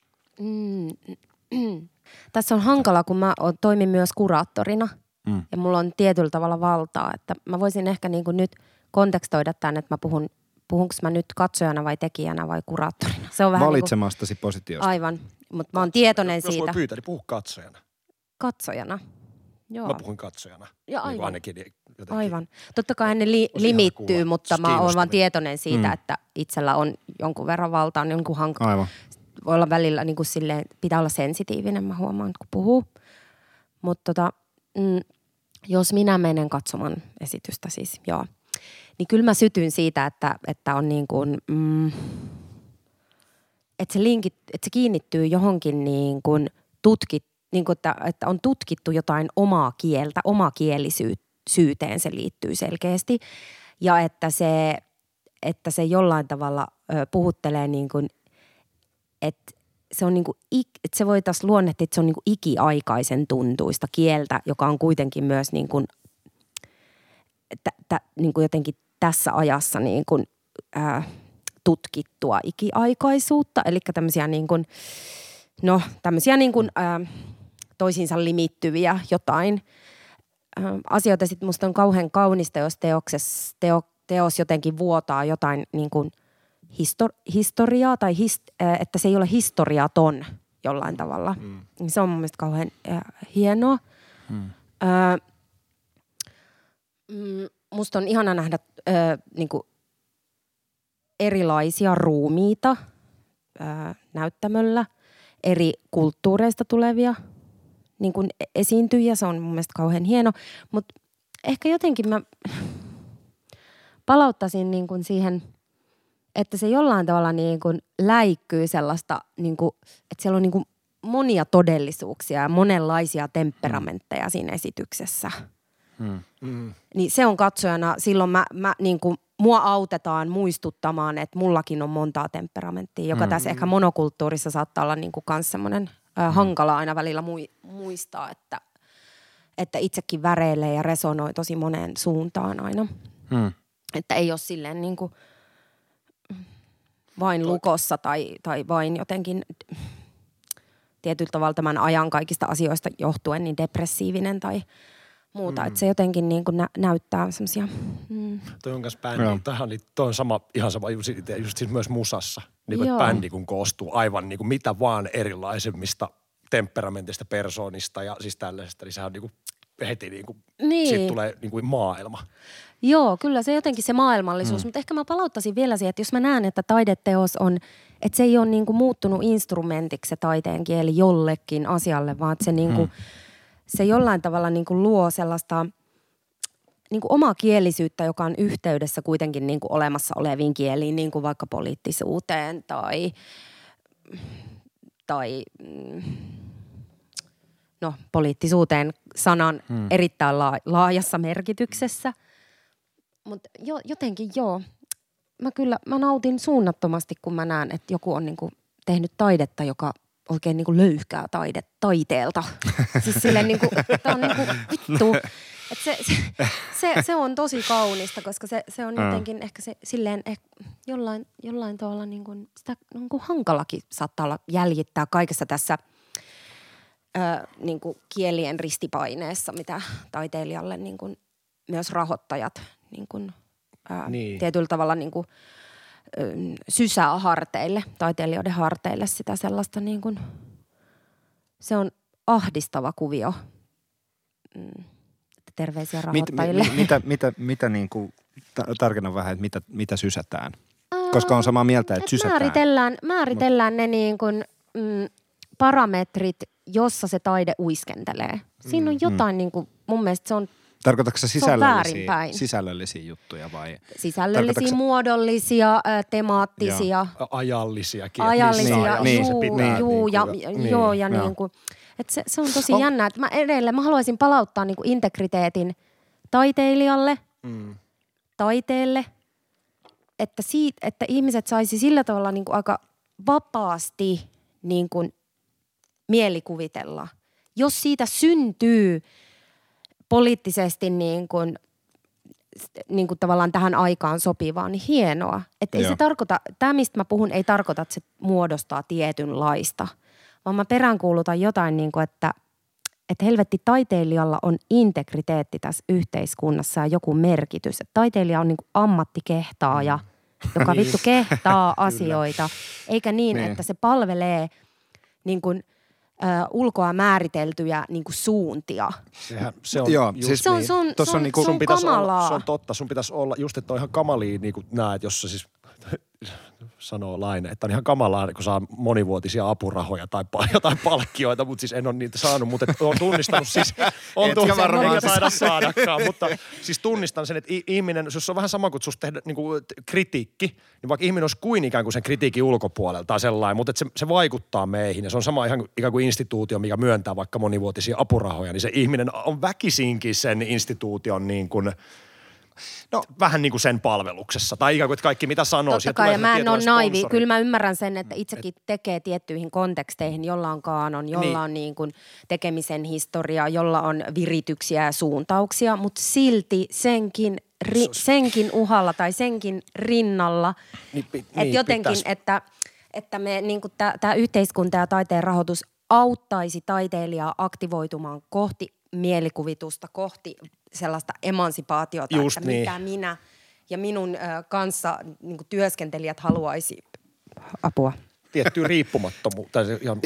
Speaker 3: Tässä on hankala, kun mä toimin myös kuraattorina ja mulla on tietyllä tavalla valtaa, että mä voisin ehkä niin kuin nyt kontekstoida tämän, että puhunko mä nyt katsojana vai tekijänä vai kuraattorina. Se on vähän
Speaker 2: valitsemastasi niin positiosta.
Speaker 3: Aivan, mutta mä oon tietoinen siitä.
Speaker 4: Jos voi pyytää, niin puhu katsojana.
Speaker 3: Katsojana, joo.
Speaker 4: Mä puhuin katsojana.
Speaker 3: Ja aivan.
Speaker 4: Niin ainakin jotenkin.
Speaker 3: Aivan. Totta kai ne limittyy, mutta mä oon vaan tietoinen siitä, että itsellä on jonkun verran valtaa. Jonkun
Speaker 2: aivan.
Speaker 3: Voi olla välillä niin kuin silleen, pitää olla sensitiivinen, mä huomaan, kun puhuu. Mutta jos minä menen katsomaan esitystä siis, joo. Niin kyllä mä sytyn siitä, että on niin kuin, että se kiinnittyy johonkin niin kuin niin kuin että on tutkittu jotain omaa kieltä, omakielisyyteen se liittyy selkeästi. Ja että se jollain tavalla puhuttelee niin kuin, että se on niin kuin, että se voitaisiin luonnehtia, että se on niin kuin ikiaikaisen tuntuista kieltä, joka on kuitenkin myös niin kuin, niin kuin jotenkin tässä ajassa niin kuin, tutkittua ikiaikaisuutta. Eli tämmöisiä niin kuin, toisiinsa limittyviä jotain asioita. Sitten musta on kauhean kaunista, jos teos jotenkin vuotaa jotain niin kuin historiaa tai että se ei ole historiaton jollain tavalla. Se on mun mielestä kauhean hienoa. Musta on ihana nähdä niin kuin erilaisia ruumiita näyttämöllä, eri kulttuureista tulevia niin kuin esiintyjiä. Se on mun mielestä kauhean hieno, mutta ehkä jotenkin mä palauttaisin niin kuin siihen, että se jollain tavalla niin kuin läikkyy sellaista, niin kuin, että siellä on niin kuin monia todellisuuksia ja monenlaisia temperamentteja siinä esityksessä. Niin se on katsojana, silloin mä niin kuin, mua autetaan muistuttamaan, että mullakin on montaa temperamenttia, joka tässä ehkä monokulttuurissa saattaa olla niin kuin kans semmoinen hankala aina välillä muistaa, että itsekin väreilee ja resonoi tosi moneen suuntaan aina. Että ei ole silleen niin kuin vain lukossa tai vain jotenkin tietyllä tavalla tämän ajan kaikista asioista johtuen niin depressiivinen tai muuta. Että se jotenkin niin kuin näyttää semmoisia.
Speaker 4: Toi on kanssa bändi. Toi on ihan sama just siis myös musassa. Niin kuin bändi kun koostuu aivan niin kuin mitä vaan erilaisemmista temperamentista, persoonista ja siis tällaisesta. Niin sehän on niin kuin heti niin kuin, siitä tulee niin kuin maailma.
Speaker 3: Joo, kyllä se jotenkin se maailmallisuus. Mutta ehkä mä palauttaisin vielä siihen, että jos mä näen, että taideteos on, että se ei ole niin kuin muuttunut instrumentiksi se taiteen kieli jollekin asialle, vaan että se niin kuin se jollain tavalla niin kuin luo sellaista niin kuin omaa kielisyyttä, joka on yhteydessä kuitenkin niin kuin olemassa oleviin kieliin, niin kuin vaikka poliittisuuteen tai poliittisuuteen sanan erittäin laajassa merkityksessä. Mutta jotenkin mä nautin suunnattomasti, kun mä näen, että joku on niin kuin tehnyt taidetta, joka oikein niin kuin löyhkää taiteelta. Siis silleen niin kuin, tää on niin kuin vittu. Että se on tosi kaunista, koska se on jotenkin ehkä se silleen jollain tavalla niin kuin sitä niin kuin hankalakin saattaa olla jäljittää kaikessa tässä niin kuin kielien ristipaineessa, mitä taiteilijalle niin kuin myös rahoittajat niin kuin, tietyllä tavalla niin kuin, sysää harteille, taiteilijoiden harteille sitä sellaista niin kuin, se on ahdistava kuvio. Terveisiä rahoittajille.
Speaker 2: Mitä niin kuin, tarkennan vähän, että mitä sysätään? Koska on samaa mieltä, että sysätään.
Speaker 3: Määritellään ne niin kuin, parametrit, jossa se taide uiskentelee. Siinä on jotain niin kuin, mun mielestä se on
Speaker 2: Tarkoitatko se sisällöllisiä juttuja vai?
Speaker 3: Sisällöllisiä, muodollisia, temaattisia.
Speaker 4: Ajallisiakin.
Speaker 3: Niin kuin, että se on tosi jännä, että mä haluaisin palauttaa niin kuin integriteetin taiteilijalle, taiteelle, että ihmiset saisi sillä tavalla niin kuin aika vapaasti niin kuin mielikuvitella. Jos siitä syntyy poliittisesti niin kuin tavallaan tähän aikaan sopivaa, niin hienoa. Että ei se tarkoita, tämä mistä mä puhun, ei tarkoita, että se muodostaa tietynlaista, vaan mä peräänkuulutan jotain niin kuin, että helvetti taiteilijalla on integriteetti tässä yhteiskunnassa ja joku merkitys. Että taiteilija on niin kuin ammattikehtaaja, joka vittu kehtaa asioita, eikä niin, että se palvelee niin kuin ulkoa määriteltyjä niin kuin suuntia.
Speaker 4: Se on
Speaker 2: joo,
Speaker 4: just
Speaker 2: siis
Speaker 3: se on kamalaa.
Speaker 4: Se on totta. Sun pitäisi olla, just että on ihan kamalia niin kuin näet, jos sä siis sanoo Laine, että on ihan kamalaa, kun saa monivuotisia apurahoja tai jotain palkkioita, mutta siis en ole niitä saanut, mutta olen tunnistanut siis, eikä taida saadakaan, mutta siis tunnistan sen, että ihminen, jos on vähän sama kuin susta tehdä niin kuin kritiikki, niin vaikka ihminen olisi kuin ikään kuin sen kritiikin ulkopuolella tai sellainen, mutta että se vaikuttaa meihin ja se on sama ihan ikään kuin instituutio, mikä myöntää vaikka monivuotisia apurahoja, niin se ihminen on väkisinkin sen instituution niin kuin vähän niin kuin sen palveluksessa. Tai ikään kuin, että kaikki mitä sanoo.
Speaker 3: Totta kai, ja mä en ole naivi. Kyllä mä ymmärrän sen, että itsekin tekee tiettyihin konteksteihin, jolla on kaanon, jolla on niin kuin tekemisen historia, jolla on virityksiä ja suuntauksia, mutta silti senkin uhalla tai senkin rinnalla, että jotenkin, että me niin kuin tämä yhteiskunta ja taiteen rahoitus auttaisi taiteilijaa aktivoitumaan kohti mielikuvitusta, kohti sellaista emansipaatiota, just että mitä minä ja minun kanssa niin kuin työskentelijät haluaisi apua.
Speaker 4: Tiettyä riippumattomuutta tai ihan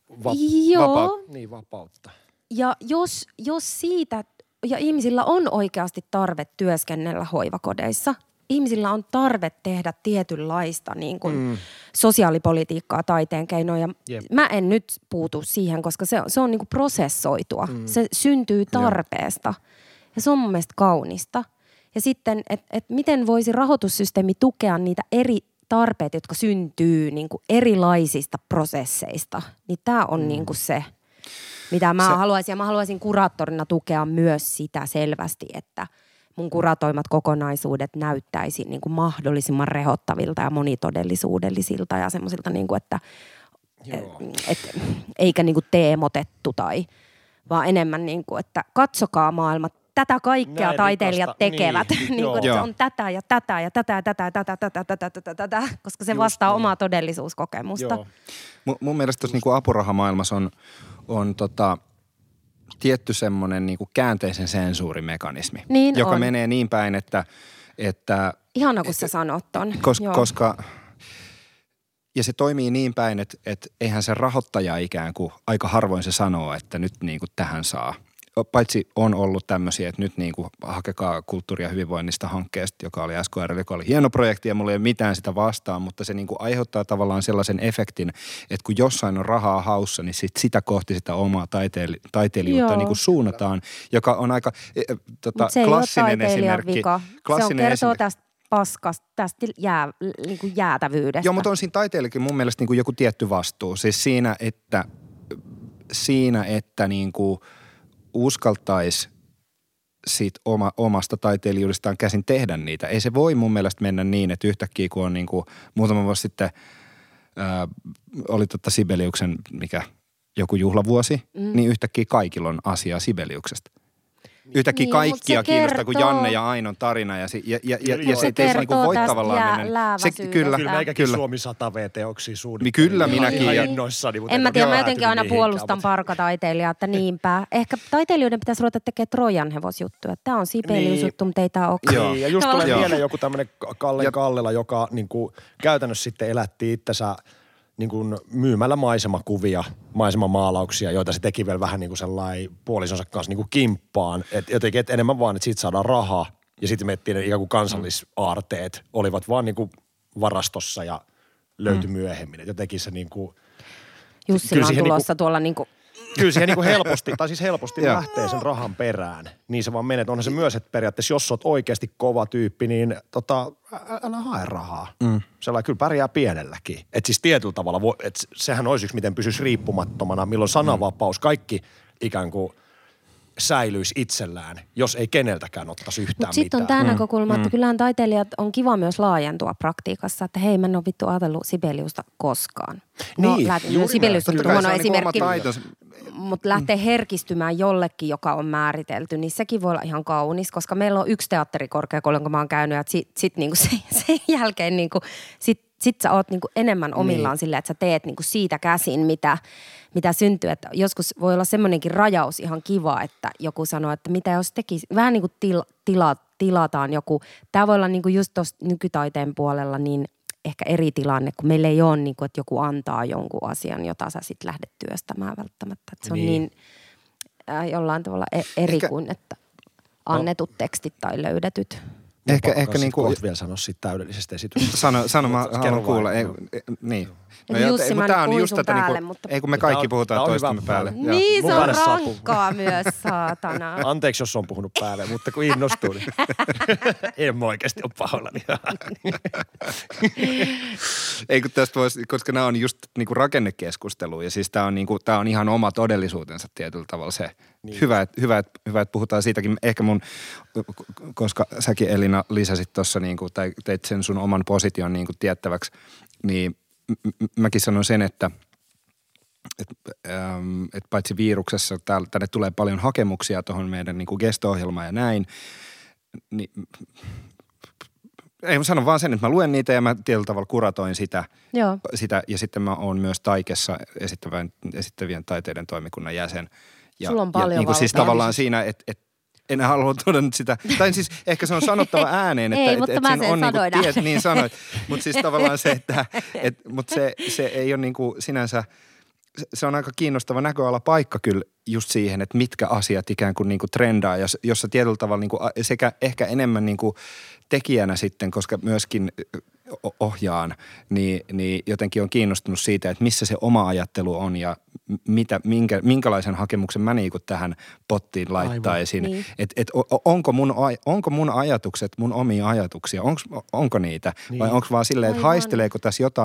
Speaker 4: vapautta.
Speaker 3: Ja jos siitä, ja ihmisillä on oikeasti tarve työskennellä hoivakodeissa, ihmisillä on tarve tehdä tietynlaista niin kuin sosiaalipolitiikkaa taiteen keinoja. Mä en nyt puutu siihen, koska se on niin kuin prosessoitua. Se syntyy tarpeesta. Ja se on mun mielestä kaunista. Ja sitten, että miten voisi rahoitussysteemi tukea niitä eri tarpeita, jotka syntyy niin kuin erilaisista prosesseista. Niin tää on niin kuin se, mitä mä haluaisin. Ja mä haluaisin kuraattorina tukea myös sitä selvästi, että mun kuratoimat kokonaisuudet näyttäisi niin kuin mahdollisimman rehottavilta ja monitodellisuudellisilta ja semmoisilta, niin kuin, että eikä niin kuin teemotettu vaan enemmän niin kuin, että katsokaa maailma. Tätä kaikkea näin taiteilijat tekevät. Niin kuin, se on tätä ja tätä ja tätä ja tätä, koska se vastaa omaa todellisuuskokemusta.
Speaker 2: Mun mielestä tuossa niin apurahamaailmassa on tietty semmoinen niin kuin käänteisen sensuurimekanismi,
Speaker 3: niin
Speaker 2: joka
Speaker 3: on.
Speaker 2: menee niin päin, että
Speaker 3: ihana, kun sä sanot ton.
Speaker 2: Koska ja se toimii niin päin, että eihän se rahoittaja ikään kuin, aika harvoin se sanoo, että nyt niin kuin tähän saa. Paitsi on ollut tämmöisiä, että nyt niin kuin hakekaa kulttuuri- ja hyvinvoinnista hankkeesta, joka oli SKR, joka oli hieno projekti ja mulla ei ole mitään sitä vastaan, mutta se niin kuin aiheuttaa tavallaan sellaisen efektin, että kun jossain on rahaa haussa, niin sitä kohti sitä omaa taiteilijuutta niin kuin suunnataan, joka on aika klassinen esimerkki.
Speaker 3: Se on kertoo tästä paskasta, tästä niin kuin jäätävyydestä.
Speaker 2: Joo, mutta on siinä taiteilijakin mun mielestä niin kuin joku tietty vastuu. Siis siinä, että niin kuin uskaltaisi siitä omasta taiteilijuudestaan käsin tehdä niitä. Ei se voi mun mielestä mennä niin, että yhtäkkiä kun on niin kuin muutama vuosi sitten oli Sibeliuksen joku juhlavuosi, niin yhtäkkiä kaikilla on asiaa Sibeliuksesta. yhtäkkiä kaikkia kiinnostaa kuin Janne ja Ainon tarina ja se ei se niinku voi tavallaan mennä.
Speaker 4: Kyllä meikäkin Suomi 100 V-teoksia suunnittelin.
Speaker 2: Kyllä minäkin.
Speaker 3: En mä tiedä, mä jotenkin aina puolustan parkataiteilijaa, että niinpä. Ehkä taiteilijoiden pitäisi ruveta tekemään Trojan hevosjuttuja. Tämä on Sibelius-juttu, mutta ei tämä ole.
Speaker 4: Niin, ja just tulee mieleen joku tämmöinen Kallela, joka niinku käytännössä sitten elätti itsensä niin kuin myymällä maisemakuvia, maisemamaalauksia, joita se teki vielä vähän niin kuin sellainen puolisonsa kanssa niin kuin kimppaan. Että jotenkin enemmän vaan, että siitä saadaan rahaa. Ja sitten miettii, että ikään kuin kansallisaarteet olivat vaan niin kuin varastossa ja löytyi myöhemmin. Et jotenkin se niin kuin...
Speaker 3: Jussila on tulossa tuolla niin kuin...
Speaker 4: Kyllä siihen niin kuin helposti lähtee sen rahan perään. Niin se vaan menee. Onhan se myös, että periaatteessa jos oot oikeasti kova tyyppi, niin älä hae rahaa. Sellainen kyllä pärjää pienelläkin. Että siis tietyllä tavalla, että sehän olisi yksi, miten pysyisi riippumattomana, milloin sananvapaus, kaikki ikään kuin säilyisi itsellään, jos ei keneltäkään ottaisi yhtään mitään.
Speaker 3: Sitten on tämä näkökulma, että kyllähän taiteilijat on kiva myös laajentua praktiikassa, että hei, mä en ole vittu ajatellut Sibeliusta koskaan.
Speaker 4: Niin,
Speaker 3: Sibelius on huono esimerkki, mutta lähtee herkistymään jollekin, joka on määritelty, niin sekin voi olla ihan kaunis, koska meillä on yksi teatterikorkeakoulu, jonka mä oon käynyt, että sit niinku sen jälkeen niinku, sit sä oot niinku enemmän omillaan silleen, että sä teet niinku siitä käsin, mitä syntyy. Että joskus voi olla semmoinenkin rajaus ihan kiva, että joku sanoo, että mitä jos tekisi, vähän niin kuin tilataan joku. Tämä voi olla niinku just tuossa nykytaiteen puolella niin ehkä eri tilanne, kun meillä ei ole niinku, että joku antaa jonkun asian, jota sä sitten lähdet työstämään välttämättä. Että se on niin jollain tavalla eri kuin, että annetut tekstit tai löydetyt.
Speaker 4: Ehkä niin kuin... vielä sanoa siitä täydellisestä esityksestä.
Speaker 2: Sano mä haluan kuulla. Niin.
Speaker 3: No Jussi, mä nyt puhuin sun päälle, mutta...
Speaker 2: Ei kun me kaikki puhutaan toistemme päälle.
Speaker 3: Niin, se on rankkaa myös, saatana.
Speaker 4: Anteeksi, jos on puhunut päälle, mutta kun innostuu, niin en mä oikeasti ole pahoillani.
Speaker 2: Ei kun tästä voisi, koska nämä on just niinku rakennekeskustelu ja siis tämä on ihan oma todellisuutensa tietyllä tavalla se. Niin. Hyvä, että puhutaan siitäkin. Ehkä koska säkin Elina lisäsit tuossa niinku, tai teit sen sun oman position niinku tiettäväksi, niin mäkin sanon sen, että paitsi viruksessa, tänne tulee paljon hakemuksia tuohon meidän niinku gesto-ohjelmaan ja näin, niin ei mä sanon vaan sen, että mä luen niitä ja mä tietyllä tavalla kuratoin sitä ja sitten mä oon myös Taikessa esittävien taiteiden toimikunnan jäsen. Ja,
Speaker 3: sulla on paljon
Speaker 2: niin kuin siis tavallaan siinä, että en halua tuoda nyt sitä, tai siis ehkä se on sanottava ääneen, että
Speaker 3: ei, mutta mä sen sanoin.
Speaker 2: Niin sanoit, mutta siis tavallaan se, mutta se ei ole niin kuin sinänsä, se on aika kiinnostava näköala paikka kyllä just siihen, että mitkä asiat ikään kuin niinku trendaa, jossa tietyllä tavalla niinku sekä ehkä enemmän niinku tekijänä sitten, koska myöskin ohjaan, niin jotenkin on kiinnostunut siitä, että missä se oma ajattelu on ja minkälaisen hakemuksen mä niinku tähän pottiin laittaisin. Niin. Onko mun ajatukset mun omia ajatuksia? Onko niitä? Niin. Vai onko vaan silleen, että haisteleeko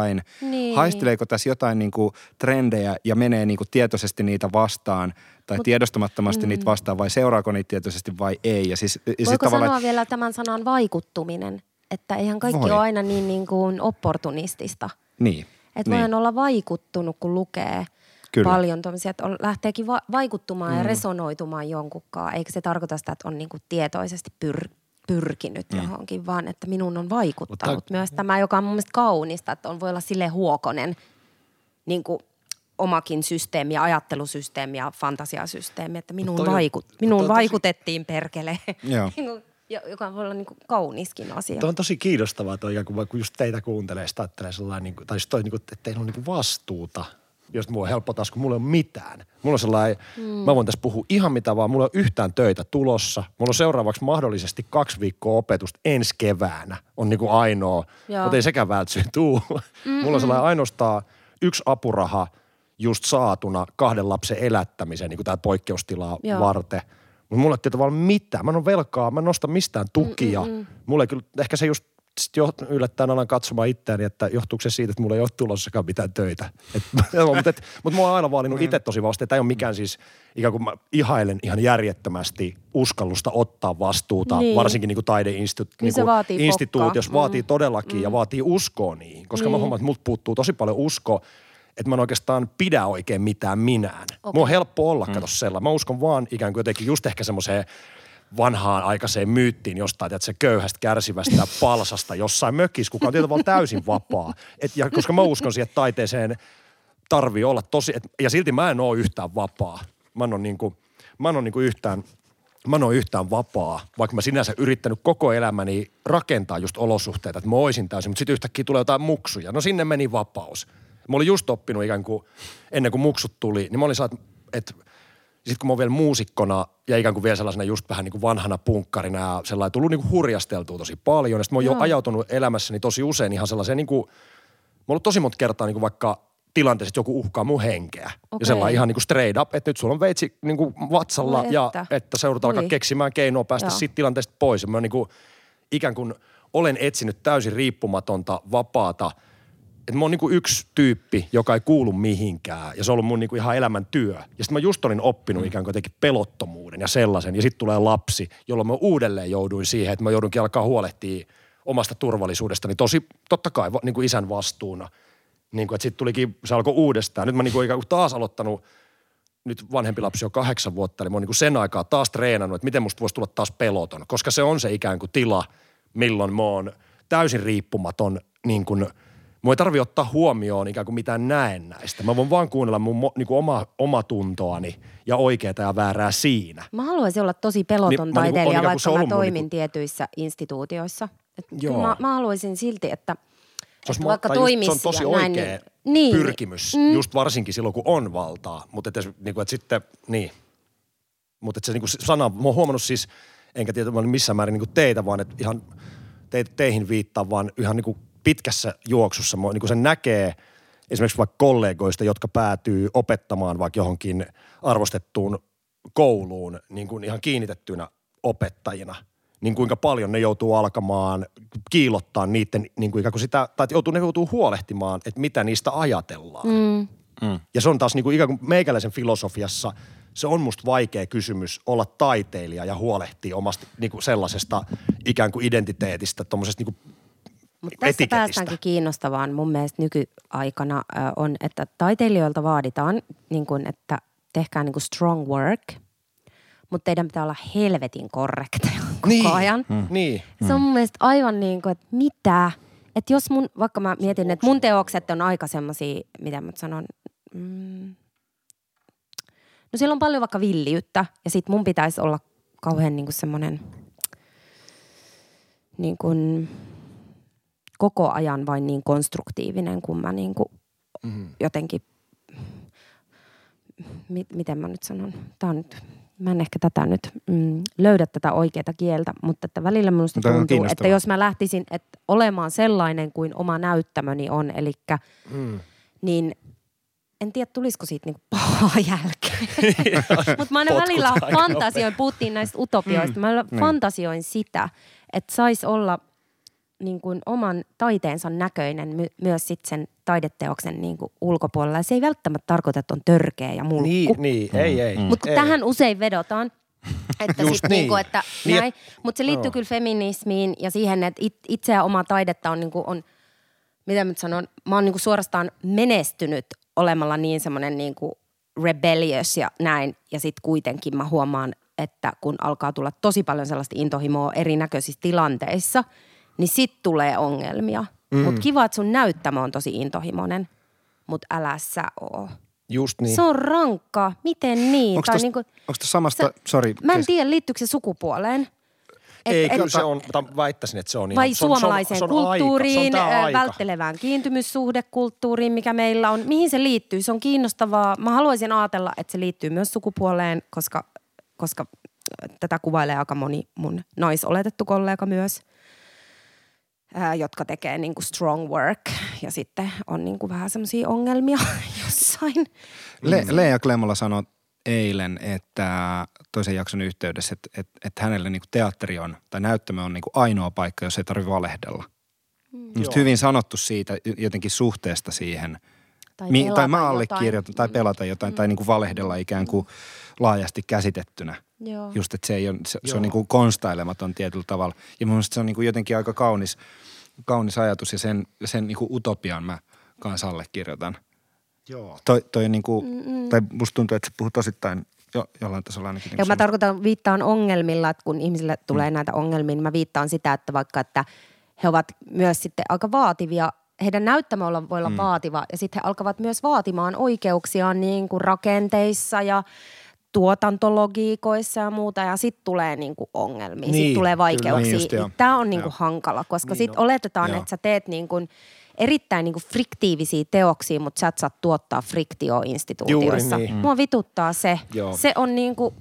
Speaker 2: tässä jotain niinku trendejä ja menee niinku tietoisesti niitä vastaan tai tiedostamattomasti niitä vastaan vai seuraako niitä tietoisesti vai ei? Ja siis,
Speaker 3: voiko sanoa vielä tämän sanan vaikuttuminen? Että eihän kaikki ole aina niin kuin opportunistista.
Speaker 2: Niin.
Speaker 3: Että voidaan olla vaikuttunut, kun lukee paljon tuommoisia, että lähteekin vaikuttumaan ja resonoitumaan jonkunkaan. Eikä se tarkoita sitä, että on niin kuin tietoisesti pyrkinyt johonkin, vaan että minun on vaikuttanut myös tämä, joka on mun mielestä kaunista, että voi olla silleen huokonen niin kuin omakin systeemi ja ajattelusysteemi ja fantasiasysteemi, että minuun vaikutettiin perkele.
Speaker 2: Joo.
Speaker 3: Joka voi olla niin kuin kauniskin asia.
Speaker 4: Tuo on tosi kiinnostavaa toi, kun just teitä kuuntelee, sitä ajattelee sellainen, niin kuin, tai just toi, niin kuin, että teillä on niin kuin vastuuta, jos mua helppo taas, kun mulla ei ole mitään. Mulla on sellainen, mä voin tässä puhua ihan mitä vaan, mulla ei ole yhtään töitä tulossa. Mulla on seuraavaksi mahdollisesti 2 viikkoa opetusta ensi keväänä, on niin kuin ainoa, mutta ei sekään vältsy tuu. Mulla on sellainen ainoastaan 1 apuraha just saatuna 2 lapsen elättämiseen, niin kuin tää poikkeustilaa varten. Mutta mulla ei tietysti mitään. Mä en ole velkaa, mä en nosta mistään tukia. Mulla ei kyllä, ehkä se just yllättäen alan katsomaan itseäni, että johtuuko se siitä, että mulla ei ole tulossakaan mitään töitä. Mutta mä oon aina valinnut itse tosi vasta, että ei ole mikään siis, ikään kuin mä ihailen ihan järjettömästi uskallusta ottaa vastuuta, varsinkin niin kuin taideinstituutiossa vaatii todellakin ja vaatii uskoa niihin. Koska mä huomaan, että multa puuttuu tosi paljon uskoa, että mä en oikeastaan pidä oikein mitään minään. Okay. Mua on helppo olla, kato sellainen. Mä uskon vaan ikään kuin jotenkin just ehkä semmoiseen vanhaan aikaiseen myyttiin jostain, että se köyhästä kärsivästä palsasta jossain mökissä, kuka on tietysti vaan täysin vapaa. Ja koska mä uskon siihen, että taiteeseen tarvii olla tosi, ja silti mä en ole yhtään vapaa. Mä en ole yhtään vapaa, vaikka mä sinänsä yrittänyt koko elämäni rakentaa just olosuhteita, että mä oisin täysin, mutta sitten yhtäkkiä tulee jotain muksuja. No sinne meni vapaus. Mä olin just oppinut ikään kuin, ennen kuin muksut tuli, niin mä olin että sitten kun mä oon vielä muusikkona ja ikään kuin vielä sellaisena just vähän niin kuin vanhana punkkarina ja sellainen tullut niin kuin hurjasteltua tosi paljon. Ja sitten mä oon jo ajautunut elämässäni tosi usein ihan sellaiseen niin kuin, mä oon ollut tosi monta kertaa niin kuin vaikka tilanteessa, että joku uhkaa mun henkeä. Okay. Ja sellainen ihan niin kuin straight up, että nyt sulla on veitsi niin kuin vatsalla ja että sä joudut alkaa keksimään keinoa päästä siitä tilanteesta pois. Ja mä niin kuin, ikään kuin olen etsinyt täysin riippumatonta, vapaata. Että mä oon niin kuin yksi tyyppi, joka ei kuulu mihinkään. Ja se on ollut mun niin kuin ihan elämän työ. Ja sitten mä just olin oppinut ikään kuin jotenkin pelottomuuden ja sellaisen. Ja sitten tulee lapsi, jolloin mä uudelleen jouduin siihen, että mä joudunkin alkaa huolehtia omasta turvallisuudestani. Totta kai niin kuin isän vastuuna. Niin kuin, että sitten tulikin, se alkoi uudestaan. Nyt mä niin kuin ikään kuin taas aloittanut, nyt vanhempi lapsi on 8 vuotta, eli mä oon niin kuin sen aikaa taas treenannut, että miten musta voisi tulla taas peloton. Koska se on se ikään kuin tila, milloin mä oon täysin riippumaton, niin kuin, mun ei tarvitse ottaa huomioon ikään kuin mitään näennäistä. Mä voin vaan kuunnella mun niin kuin oma tuntoani ja oikeaa ja väärää siinä.
Speaker 3: Mä haluaisin olla tosi peloton taiteilija, vaikka mä toimin tietyissä instituutioissa. Mä haluaisin silti, että vaikka toimisi. Se
Speaker 4: on tosi oikea pyrkimys, just varsinkin silloin, kun on valtaa. Mutta että sitten, niin. Mutta että se niin kuin sana, mä oon huomannut siis, enkä tiedä missään määrin niin kuin teitä, vaan että ihan teihin viittaa, vaan ihan niin kuin pitkässä juoksussa. Niin kuin sen näkee esimerkiksi vaikka kollegoista, jotka päätyy opettamaan vaikka johonkin arvostettuun kouluun niin kuin ihan kiinnitettyinä opettajina. Niin kuinka paljon ne joutuu alkamaan kiillottaa niiden, niin kuin ikään kuin sitä, tai ne joutuu huolehtimaan, että mitä niistä ajatellaan. Ja se on taas niin kuin ikään kuin meikäläisen filosofiassa, se on musta vaikea kysymys olla taiteilija ja huolehtia omasta niin kuin sellaisesta ikään kuin identiteetistä, tuommoisesta niin kuin
Speaker 3: mutta tässä päästäänkin kiinnostavaan mun mielestä nykyaikana on, että taiteilijoilta vaaditaan, niin kuin, että tehkää niin kuin strong work, mutta teidän pitää olla helvetin korrekteja koko ajan. Se on mun mielestä aivan niin kuin, että mitä? Että jos vaikka mä mietin, että mun teokset on aika semmosia, mitä mä sanon, no siellä on paljon vaikka villiyttä ja sit mun pitäisi olla kauhean niin kuin semmoinen niin kuin koko ajan vain niin konstruktiivinen, kun mä niin kuin jotenkin, miten mä nyt sanon, tää on nyt, mä en ehkä tätä nyt löydä tätä oikeaa kieltä, mutta että välillä minusta tuntuu, että jos mä lähtisin olemaan sellainen kuin oma näyttämöni on, elikkä niin en tiedä, tulisiko siitä niinku pahaa jälkeen. Mutta mä aina välillä fantasioin, puhuttiin näistä utopioista, mä fantasioin sitä, että sais olla niin kuin oman taiteensa näköinen myös sit sen taideteoksen niin kuin ulkopuolella. Ja se ei välttämättä tarkoita, että on törkeä ja mulkku.
Speaker 4: Niin, ei.
Speaker 3: Mutta tähän usein vedotaan, että sit niin. Niinku, että näin. Mutta se liittyy kyllä feminismiin ja siihen, että itse ja omaa taidetta on niinku mitä mä sanon, mä oon niinku suorastaan menestynyt olemalla niin semmoinen niinku rebellious ja näin. Ja sit kuitenkin mä huomaan, että kun alkaa tulla tosi paljon sellaista intohimoa erinäköisissä tilanteissa, niin sit tulee ongelmia. Mutta kiva, että sun näyttämö on tosi intohimoinen, mutta älä sä oo.
Speaker 4: Just niin.
Speaker 3: Se on rankkaa. Miten niin?
Speaker 2: Onko niinku, samasta,
Speaker 3: mä en tiedä, liittyykö se sukupuoleen.
Speaker 4: Kyllä se on, väittäisin, että se on ihan.
Speaker 3: Vai suomalaiseen
Speaker 4: se on
Speaker 3: kulttuuriin,
Speaker 4: aika.
Speaker 3: välttelevään kiintymyssuhdekulttuuriin, mikä meillä on. Mihin se liittyy? Se on kiinnostavaa. Mä haluaisin ajatella, että se liittyy myös sukupuoleen, koska tätä kuvailee aika moni mun naisoletettu kollega myös, jotka tekee niinku strong work ja sitten on niinku vähän semmoisia ongelmia jossain.
Speaker 2: Leija Klemmola sanoi eilen, että toisen jakson yhteydessä, että hänelle niinku teatteri on, tai näyttämö on niinku ainoa paikka, jos ei tarvitse valehdella. Just hyvin sanottu siitä jotenkin suhteesta siihen. Tai mä allekirjoitan, tai pelata jotain, tai niinku valehdella ikään kuin laajasti käsitettynä.
Speaker 3: Joo.
Speaker 2: Just, että se on niinku konstailematon tietyllä tavalla. Ja mun mielestä se on niinku jotenkin aika kaunis ajatus, ja sen niinku utopian mä kanssa allekirjoitan.
Speaker 4: Joo.
Speaker 2: Toi niinku, tai musta tuntuu, että sä puhut osittain jollain tasolla ainakin.
Speaker 3: Ja mä viittaan ongelmilla, että kun ihmisille tulee näitä ongelmia, niin mä viittaan sitä, että vaikka, että he ovat myös sitten aika vaativia. Heidän näyttämö voi olla vaativa ja sitten he alkavat myös vaatimaan oikeuksiaan niin kuin rakenteissa ja tuotantologiikoissa ja muuta ja sitten tulee niinku ongelmia, sitten tulee vaikeuksia. Niin tämä on niinku hankala, koska sitten oletetaan, että sä teet niinku erittäin niinku friktiivisiä teoksia, mutta sä et saa tuottaa friktioinstituutioissa. Niin. Mua vituttaa se. Se on niinku...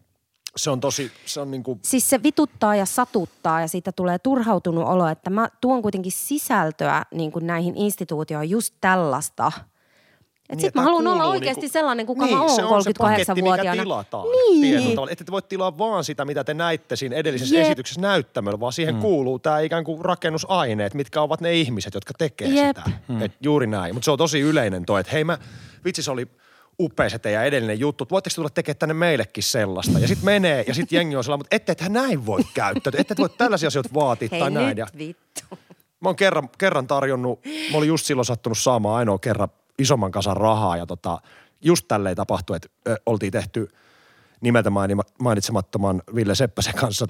Speaker 4: Se on niinku...
Speaker 3: Siis se vituttaa ja satuttaa ja siitä tulee turhautunut olo, että mä tuon kuitenkin sisältöä niinku näihin instituutioihin just tällaista. Että sit mä haluan olla oikeasti niinku, sellainen, kuka mä oon 38-vuotiaana.
Speaker 4: Mikä tilataan.
Speaker 3: Niin.
Speaker 4: Että te voi tilaa vaan sitä, mitä te näitte siinä edellisessä esityksessä näyttämöllä, vaan siihen kuuluu tää ikään kuin rakennusaineet, mitkä ovat ne ihmiset, jotka tekee sitä. Et juuri näin. Mutta se on tosi yleinen toi, että hei vitsi se oli upea se teidän edellinen juttu. Voitteko tulla tekemään tänne meillekin sellaista? Ja sit menee ja sit jengi on sellainen, mutta ettehän näin voi käyttää. Ette voi tällaisia asioita vaatia tai näin.
Speaker 3: Hei nyt vittu.
Speaker 4: Mä oon kerran tarjonnut, mä olin just silloin sattunut saamaan ainoa kerran isomman kasan rahaa ja just tälleen tapahtui, että oltiin tehty nimeltä mainitsemattoman Ville Seppäsen kanssa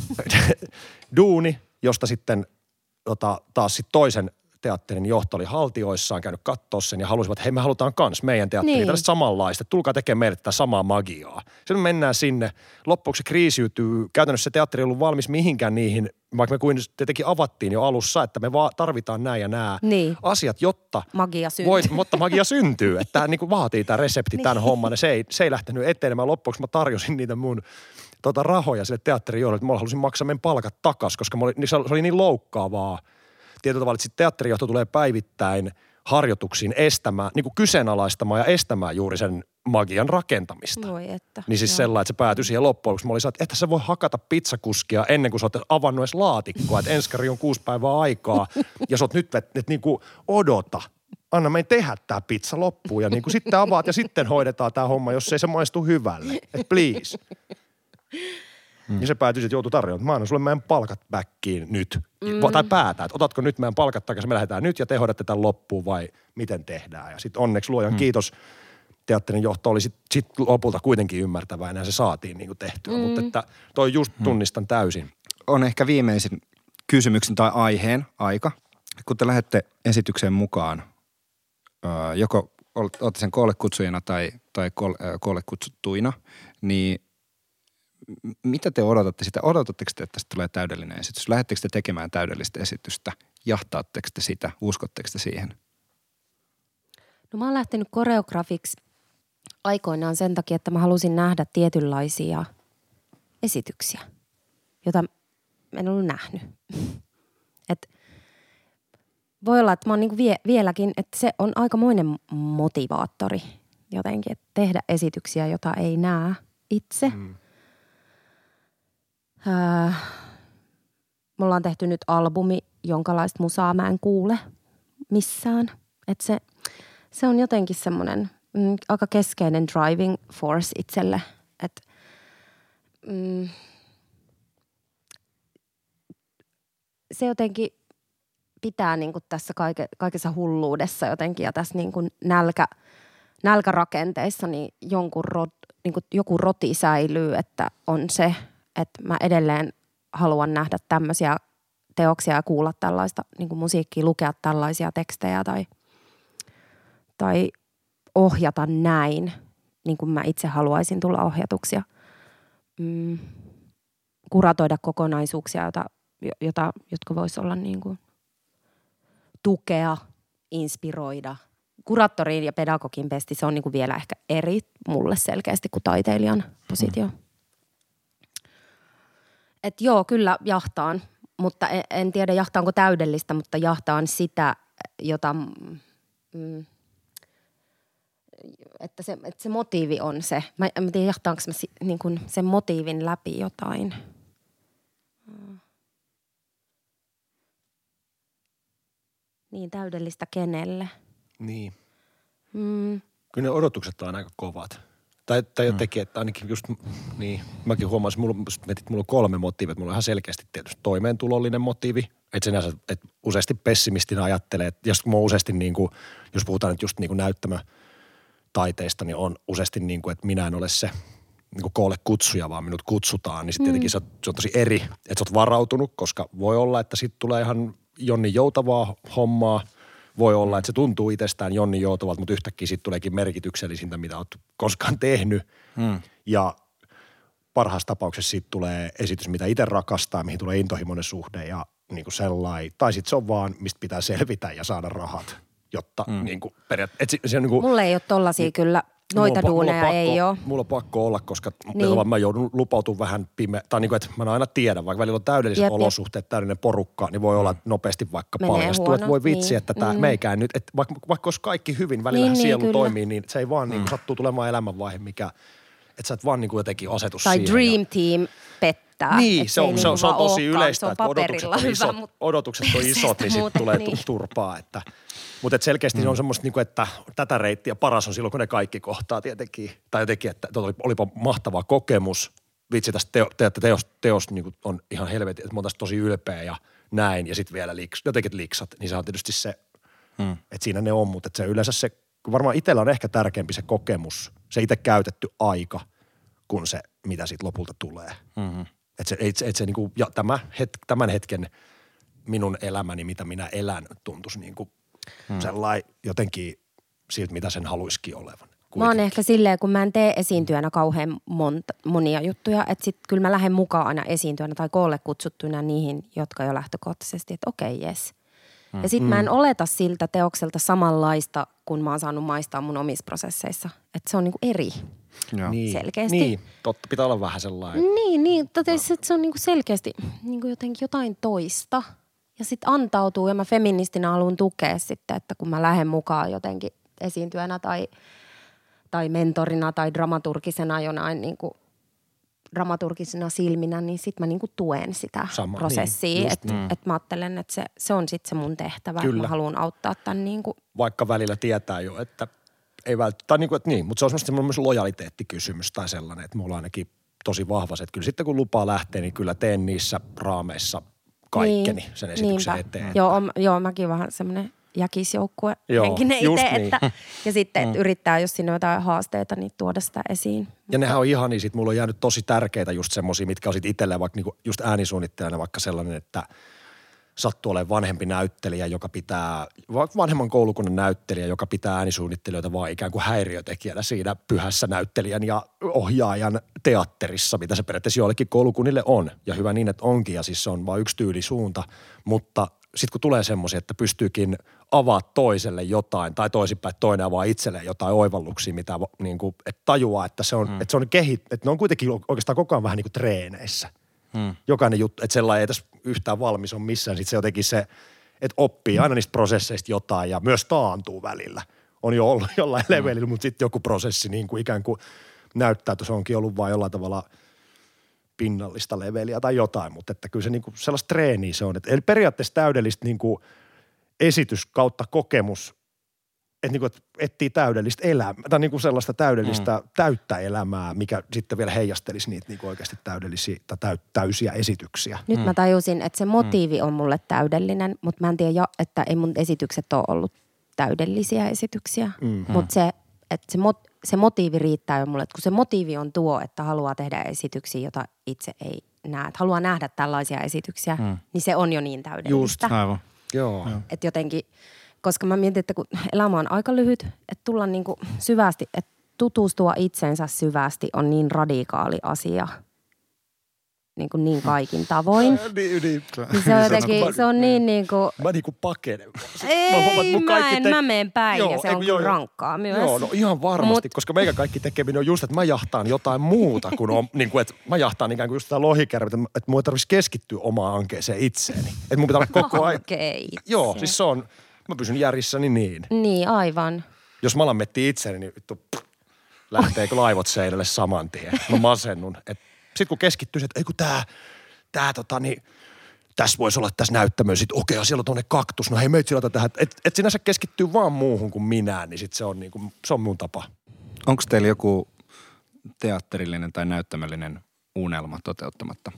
Speaker 4: duuni, josta sitten taas sit toisen teatterin johto oli haltioissaan käynyt kattoo sen ja halusivat, että hei me halutaan kans meidän teatteriin tällaista samanlaista, tulkaa tekemään meille tätä samaa magiaa. Sitten me mennään sinne, loppuksi se kriisiytyy, käytännössä se teatteri ei ollut valmis mihinkään niihin, vaikka me kuin tietenkin avattiin jo alussa, että me tarvitaan nämä ja nämä asiat, jotta magia syntyy. Että tämä niin vaatii tämä resepti, tämän homman. Ja se ei lähtenyt etenemään. Loppuksi mä tarjosin niitä mun rahoja sille teatterijohdolle, että mä halusin maksaa meidän palkat takas, koska se oli niin loukkaavaa. Tietyllä tavalla, että sitten teatterijohto tulee päivittäin harjoituksiin estämään, niin kuin kyseenalaistamaan ja estämään juuri sen magian rakentamista.
Speaker 3: Voi että.
Speaker 4: Niin siis sellainen, että se päätyi siihen loppuun, koska mä olin että sä voi hakata pizzakuskia ennen kuin sä oot avannut edes laatikkoa, että enskari on 6 päivää aikaa ja sä oot nyt, että niin kuin odota. Anna meidän tehdä tää pizza loppuun ja niin kuin sitten avaat ja sitten hoidetaan tää homma, jos ei se maistu hyvälle. Että please. Ja se päätyi, että joutui tarjoamaan, että mä annan sulle meidän palkat backiin nyt. Tai päätä, että otatko nyt meidän palkat takaisin, me lähdetään nyt ja te hoidatte tämän loppuun vai miten tehdään. Ja sitten onneksi luojan kiitos, teatterin johto oli sit lopulta kuitenkin ymmärtävää ja se saatiin niin kuin tehtyä. Mutta että toi just tunnistan täysin.
Speaker 2: On ehkä viimeisin kysymyksen tai aiheen aika. Kun te lähdette esitykseen mukaan, joko olette sen koolle kutsujana tai koolle kutsuttuina, niin mitä te odotatte sitä? Odotatteko te, että tästä tulee täydellinen esitys? Lähdettekö te tekemään täydellistä esitystä? Jahtaatteko te sitä? Uskotteko te siihen?
Speaker 3: No mä oon lähtenyt koreografiksi aikoinaan sen takia, että mä halusin nähdä tietynlaisia esityksiä, joita en ollut nähnyt. Et voi olla, että mä oon niinku vieläkin, että se on aikamoinen motivaattori jotenkin, että tehdä esityksiä, jota ei näe itse. Me ollaan tehty nyt albumi, jonkalaista musaa mä en kuule missään. Että se on jotenkin semmoinen aika keskeinen driving force itselle. Että se jotenkin pitää niinku tässä kaikessa hulluudessa jotenkin ja tässä niinku nälkärakenteissa niin joku roti säilyy, että on se, että mä edelleen haluan nähdä tämmöisiä teoksia ja kuulla tällaista niin kuin musiikkia, lukea tällaisia tekstejä tai ohjata näin, niin kuin mä itse haluaisin tulla ohjatuksi. Kuratoida kokonaisuuksia, jotka vois olla niin kuin tukea, inspiroida. Kuraattorin ja pedagogin pesti, se on niin kuin vielä ehkä eri mulle selkeästi kuin taiteilijan positio. Että joo, kyllä jahtaan, mutta en tiedä jahtaanko täydellistä, mutta jahtaan sitä, jota, että se motiivi on se. Mä en tiedä, jahtaanko mä niin kuin sen motiivin läpi jotain. Niin, täydellistä kenelle?
Speaker 4: Niin. Kyllä ne odotukset on aika kovat. Tai jotenkin, että ainakin just, niin, mäkin huomasin, mulla on 3 motiivia. Mulla on ihan selkeästi tietysti toimeentulollinen motiivi. Että sinänsä, että useasti pessimistinä ajattelee, että jos useasti niin kuin, jos puhutaan nyt just niin kuin näyttämötaiteista, niin on useasti niin kuin, että minä en ole se niin koolle kutsuja, vaan minut kutsutaan, niin sitten tietenkin se on tosi eri, että sä oot varautunut, koska voi olla, että sitten tulee ihan Jonni joutavaa hommaa. Voi olla, että se tuntuu itsestään Jonni joutavalta, mutta yhtäkkiä siitä tuleekin merkityksellisintä, mitä oot koskaan tehnyt. Ja parhaassa tapauksessa siitä tulee esitys, mitä itse rakastaa, mihin tulee intohimoinen suhde ja niin kuin sellainen. Tai sitten se on vaan, mistä pitää selvitä ja saada rahat, jotta niin kuin periaatteessa. Niin
Speaker 3: mulla ei ole tollaisia kyllä. Noita duuneja ei ole.
Speaker 4: Mulla on pakko olla, koska mä joudun lupautumaan vähän tai niin kuin, että mä aina tiedän, vaikka välillä on täydelliset olosuhteet, täydellinen porukka, niin voi olla, että nopeasti vaikka paljastuu, että voi vitsi, että tämä meikään nyt, että vaikka olisi kaikki hyvin, välillä sielu toimii, niin se ei vaan niin kuin sattuu tulemaan elämänvaihe, mikä, että sä et vaan niin kuin jotenkin asetu
Speaker 3: tai
Speaker 4: siihen.
Speaker 3: Tai Dream Team pettää.
Speaker 4: Niin, se on tosi yleistä,
Speaker 3: että
Speaker 4: odotukset on isot, niin sitten tulee turpaa, että. Mutta selkeästi se on semmoista, niinku, että tätä reittiä paras on silloin, kun ne kaikki kohtaa tietenkin. Tai jotenkin, että olipa mahtava kokemus. Vitsi, tästä teos niinku on ihan helvetin, että mä oon tästä tosi ylpeä ja näin. Ja sitten vielä jotenkin liksat, niin se on tietysti se, että siinä ne on. Mutta se yleensä se, varmaan itsellä on ehkä tärkeämpi se kokemus, se itse käytetty aika, kuin se, mitä siitä lopulta tulee. Että se niinku, ja tämän hetken minun elämäni, mitä minä elän, tuntuisi niinku sellainen jotenkin siltä, mitä sen haluisikin olevan. Kuitenkin.
Speaker 3: Mä oon ehkä silleen, kun mä en tee esiintyjänä kauhean monia juttuja, että sit kyllä mä lähden mukaan aina esiintyjänä tai koolle kutsuttuina niihin, jotka jo lähtökohtaisesti, että okei, jes. Ja sit mä en oleta siltä teokselta samanlaista, kun mä oon saanut maistaa mun omissa prosesseissa. Että se on niinku eri selkeästi.
Speaker 4: Niin, totta, pitää olla vähän sellainen.
Speaker 3: Niin, se on niinku selkeästi niinku jotenkin jotain toista. Ja sitten antautuu ja mä feministinä haluan tukea sitten, että kun mä lähden mukaan jotenkin esiintyjänä tai mentorina tai dramaturgisena jonain niin kuin dramaturgisena silminä, niin sitten mä niin kuin tuen sitä prosessia. Niin, että mä ajattelen, että se on sitten se mun tehtävä, että mä haluan auttaa tämän niin kuin.
Speaker 4: Vaikka välillä tietää jo, että ei välttämättä, niin kuin, että niin, mutta se on semmoista myös lojaliteettikysymys tai sellainen, että mulla on ainakin tosi vahva se, että kyllä sitten kun lupaa lähtee, niin kyllä teen niissä raameissa kaikkeni sen esityksen eteen.
Speaker 3: Joo, mäkin vähän semmoinen jäkisjoukkue henkinen itse,
Speaker 4: niin.
Speaker 3: Ja sitten että yrittää, jos siinä on jotain haasteita, niin tuoda sitä esiin.
Speaker 4: Ja nehän on ihania, sit mulla on jäänyt tosi tärkeitä just semmosia, mitkä on sit itselleen vaikka niinku just äänisuunnittelijana vaikka sellainen, että sattuu olemaan vanhempi näyttelijä, joka pitää, vanhemman koulukunnan näyttelijä, joka pitää äänisuunnittelijoita vaan ikään kuin häiriötekijänä siinä pyhässä näyttelijän ja ohjaajan teatterissa, mitä se periaatteessa joillekin koulukunnille on. Ja hyvä niin, että onkin, ja siis se on vaan yksi tyylisuunta, mutta sitten kun tulee semmoisia, että pystyykin avaa toiselle jotain tai toisinpäin, että toinen avaa itselleen jotain oivalluksia, mitä niin kuin, että tajuaa, että se on, että se on että ne on kuitenkin oikeastaan koko ajan vähän niin kuin treeneissä. Jokainen juttu, että sellainen ei tässä yhtään valmis on missään. Sitten se jotenkin se, että oppii aina niistä prosesseista jotain ja myös taantuu välillä. On jo ollut jollain levelillä, mutta sitten joku prosessi niin kuin ikään kuin näyttää, että se onkin ollut vain jollain tavalla pinnallista leveliä tai jotain, mutta että kyllä se niin kuin sellaista treeniä se on. Eli periaatteessa täydellistä niin kuin esitys kautta kokemus, että niin kuin etsii täydellistä elämää, tai niin kuin sellaista täydellistä täyttä elämää, mikä sitten vielä heijastelisi niitä niin kuin oikeasti täydellisiä tai täysiä esityksiä.
Speaker 3: Nyt mä tajusin, että se motiivi on mulle täydellinen, mutta mä en tiedä, että ei mun esitykset ole ollut täydellisiä esityksiä, mutta se motiivi riittää jo mulle, että kun se motiivi on tuo, että haluaa tehdä esityksiä, jota itse ei näe, että haluaa nähdä tällaisia esityksiä, niin se on jo niin täydellistä.
Speaker 2: Just, aivan.
Speaker 4: Joo.
Speaker 3: Että jotenkin, koska mä mietin, että kun elämä on aika lyhyt, että tulla niin kuin syvästi, että tutustua itsensä syvästi on niin radikaali asia. Niin kaikin tavoin.
Speaker 4: Niin.
Speaker 3: Se on jotenkin, se on niin kuin.
Speaker 4: Mä niin kuin pakenen.
Speaker 3: Mä menen päin ja se on kyllä rankkaa myös.
Speaker 4: Joo, no ihan varmasti, koska meikä kaikki tekeminen on just, että mä jahtaan jotain muuta kuin on, niin kuin, että mä jahtaan ikään kuin just sitä lohikärvettä, että mun ei tarvitsisi keskittyä omaan ankeeseen itseeni. Että mun pitää olla koko ajan. Joo, siis se on, mä pysyn järjissäni niin.
Speaker 3: Niin, aivan.
Speaker 4: Jos mä alan miettiä itseäni, niin vittu, lähteekö laivot seinälle saman tien. Mä masennun, sitten kun keskittyy, että ei kun tässä voisi olla tässä näyttämössä, sitten okei, siellä on tuonne kaktus, no hei meitä sillä tähän, että sinänsä keskittyy vaan muuhun kuin minään, niin sitten se on mun tapa.
Speaker 2: Onko teillä joku teatterillinen tai näyttämöllinen unelma toteuttamatta?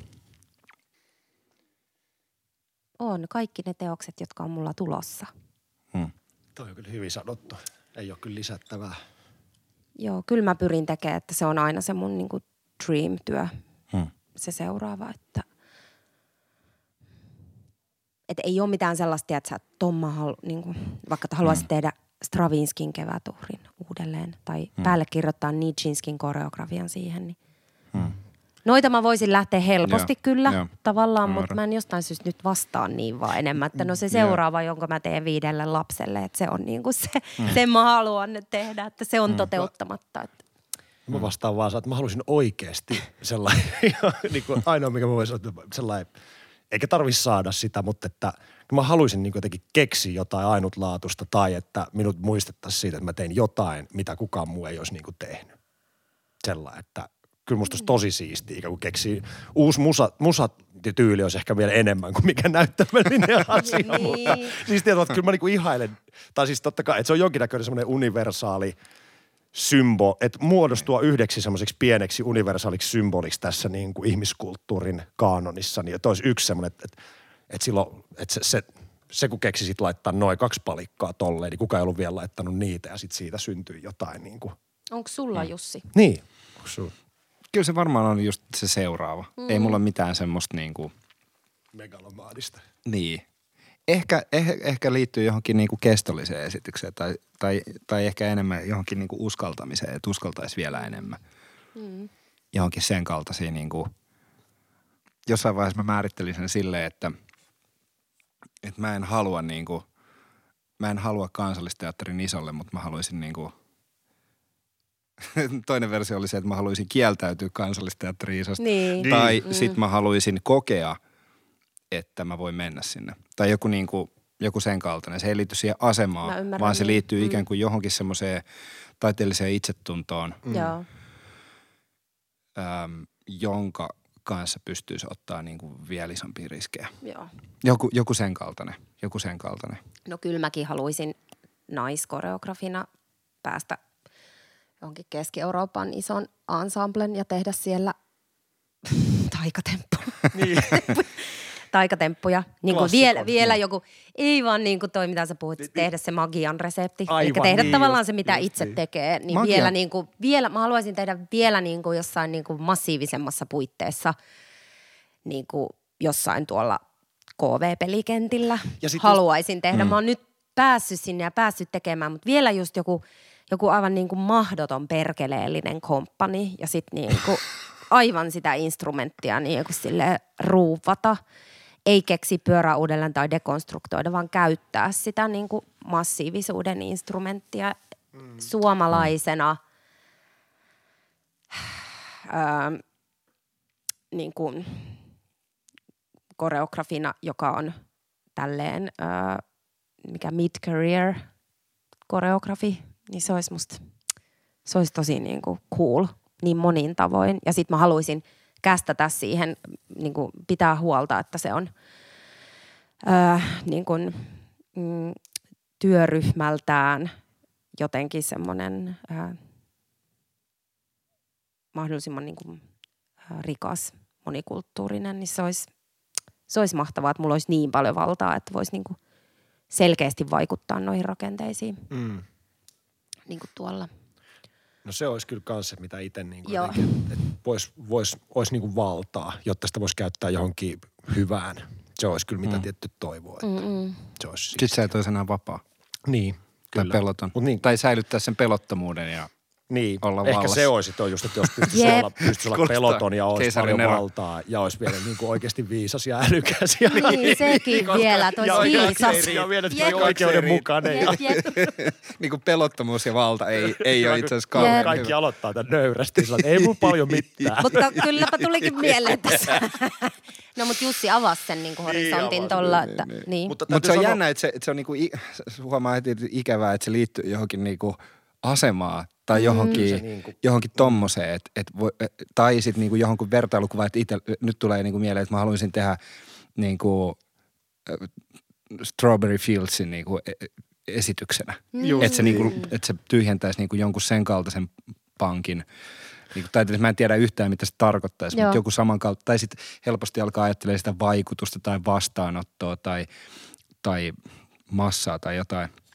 Speaker 3: On, kaikki ne teokset, jotka on mulla tulossa.
Speaker 4: Toi on kyllä hyvin sanottu, ei ole kyllä lisättävää.
Speaker 3: Joo, kyllä mä pyrin tekemään, että se on aina se mun niinku dream-työ, se seuraava, että ei ole mitään sellaista, että niin vaikka haluaisit tehdä Stravinskin kevätuhrin uudelleen tai päälle kirjoittaa Nijinskin koreografian siihen, niin noita mä voisin lähteä helposti kyllä tavallaan, mutta mä en jostain syystä nyt vastaan niin vaan enemmän, että no se seuraava, jonka mä teen 5 lapselle, että se on niin kuin sen mä haluan nyt tehdä, että se on toteuttamatta. Että.
Speaker 4: Mä vastaan vaan, että mä haluaisin oikeasti sellainen, niin kuin ainoa mikä mä voisin sanoa, sellainen, eikä tarvitse saada sitä, mutta että mä haluaisin niin jotenkin keksiä jotain ainutlaatuista tai että minut muistettaisiin siitä, että mä tein jotain, mitä kukaan muu ei olisi niin kuin tehnyt. Sellainen, että kyllä musta olisi tosi siistiä, kun keksii uusi musatyyli olisi ehkä vielä enemmän kuin mikä näyttämällinen asia. Mutta siis tiedät, että kyllä mä niinku ihailen, tai siis totta kai, että se on jonkinnäköinen semmoinen universaali että muodostua yhdeksi semmoiseksi pieneksi universaaliksi symboliksi tässä niin kuin ihmiskulttuurin kaanonissa, niin että olisi yksi semmoinen, että silloin, että se kun keksisit laittaa noin 2 palikkaa tolleen, niin kukaan ei ollut vielä laittanut niitä ja sitten siitä syntyi jotain niin kuin.
Speaker 3: Onko sulla Jussi?
Speaker 4: Niin. Onko sulla?
Speaker 2: Kyllä se varmaan on just se seuraava. Ei mulla mitään semmoista niinku
Speaker 4: megalomaanista.
Speaker 2: Niin. Ehkä liittyy johonkin niinku kestolliseen esitykseen tai ehkä enemmän johonkin niinku uskaltamiseen, että uskaltaisi vielä enemmän. Johonkin sen kaltaisiin niinku, jossain vaiheessa mä määrittelin sen silleen, että mä en halua Kansallisteatterin isolle, mutta mä haluaisin niinku toinen versio oli se, että mä haluaisin kieltäytyä Kansallisteatterin isosta.
Speaker 3: Niin.
Speaker 2: Tai sit mä haluaisin kokea, että mä voin mennä sinne. Tai joku sen kaltainen. Se ei liity siihen asemaan, vaan se liittyy ikään kuin johonkin semmoiseen taiteelliseen itsetuntoon, jonka kanssa pystyisi ottaa niin kuin vielä isompia riskejä.
Speaker 3: Joo.
Speaker 2: Joku sen kaltainen.
Speaker 3: No kyllä mäkin haluaisin naiskoreografina päästä johonkin Keski-Euroopan ison ensemblen ja tehdä siellä taikatemppuja. Niin kuin vielä joku, ei vaan niin kuin toi, mitä sä puhuit, tehdä se magian resepti. Eli tehdä tavallaan se, mitä itse tekee. Niin mä haluaisin tehdä vielä niin kuin jossain niin kuin massiivisemmassa puitteissa, niin kuin jossain tuolla KV-pelikentillä. Haluaisin tehdä. Mä oon nyt päässyt sinne ja päässyt tekemään, mutta vielä just joku aivan niin kuin mahdoton perkeleellinen komppani ja sitten niin kuin aivan sitä instrumenttia niin kuin silleen ruuvata. Ei keksi pyörää uudelleen tai dekonstruktoida, vaan käyttää sitä niin kuin massiivisuuden instrumenttia suomalaisena niin kuin koreografina, joka on tälleen mikä mid-career koreografi, niin se olisi tosi niin kuin cool niin monin tavoin. Ja sit mä haluaisin kästätä siihen, niin kuin pitää huolta, että se on niin kuin, työryhmältään jotenkin semmoinen mahdollisimman niin kuin, rikas, monikulttuurinen, niin se olisi mahtavaa, että mulla olisi niin paljon valtaa, että voisi niin kuin selkeästi vaikuttaa noihin rakenteisiin. Niin kuin tuolla.
Speaker 4: No se olisi kyllä kans se, mitä itse niin kuin että olisi niin kuin valtaa, jotta sitä voisi käyttää johonkin hyvään. Se olisi kyllä mitä tietty toivoa. Että se olisi
Speaker 2: sitten sä et olisi enää vapaa.
Speaker 4: Niin, kyllä.
Speaker 2: Tai peloton. Tai säilyttää sen pelottomuuden ja
Speaker 4: niin,
Speaker 2: olla
Speaker 4: ehkä
Speaker 2: vallassa.
Speaker 4: se olisi just, että jos pystyisi olla peloton ja olisi paljon valtaa ja olisi vielä niin kuin oikeasti viisas ja älykäs.
Speaker 3: Niin, sekin vielä, että olisi viisas.
Speaker 4: Ja vielä, että oikeudenmukainen.
Speaker 2: Niin kuin pelottomuus ja valta ei ole itse asiassa kauhean
Speaker 4: kaikki
Speaker 2: hyvä.
Speaker 4: aloittaa tämän nöyrästi, ei mun paljon mitään.
Speaker 3: Mutta kylläpä tulikin mieleen tässä. No mutta Jussi avasi sen niin kuin horisontin tuolla. Niin.
Speaker 2: Mutta se on jännä, että se on niin kuin, huomaa heti ikävää, että se liittyy johonkin niin kuin asemaa tai johonkin tommoseen, tai sitten niinku johonkin vertailukuvaan, että itse nyt tulee niinku mieleen, että mä haluaisin tehdä niinku Strawberry Fieldsin niinku esityksenä. Että se tyhjentäisi niinku jonkun sen kaltaisen pankin. Niinku, tai mä en tiedä yhtään, mitä se tarkoittaisi, mutta joku samankaltainen. Tai sitten helposti alkaa ajattelemaan sitä vaikutusta tai vastaanottoa tai massaa tai jotain.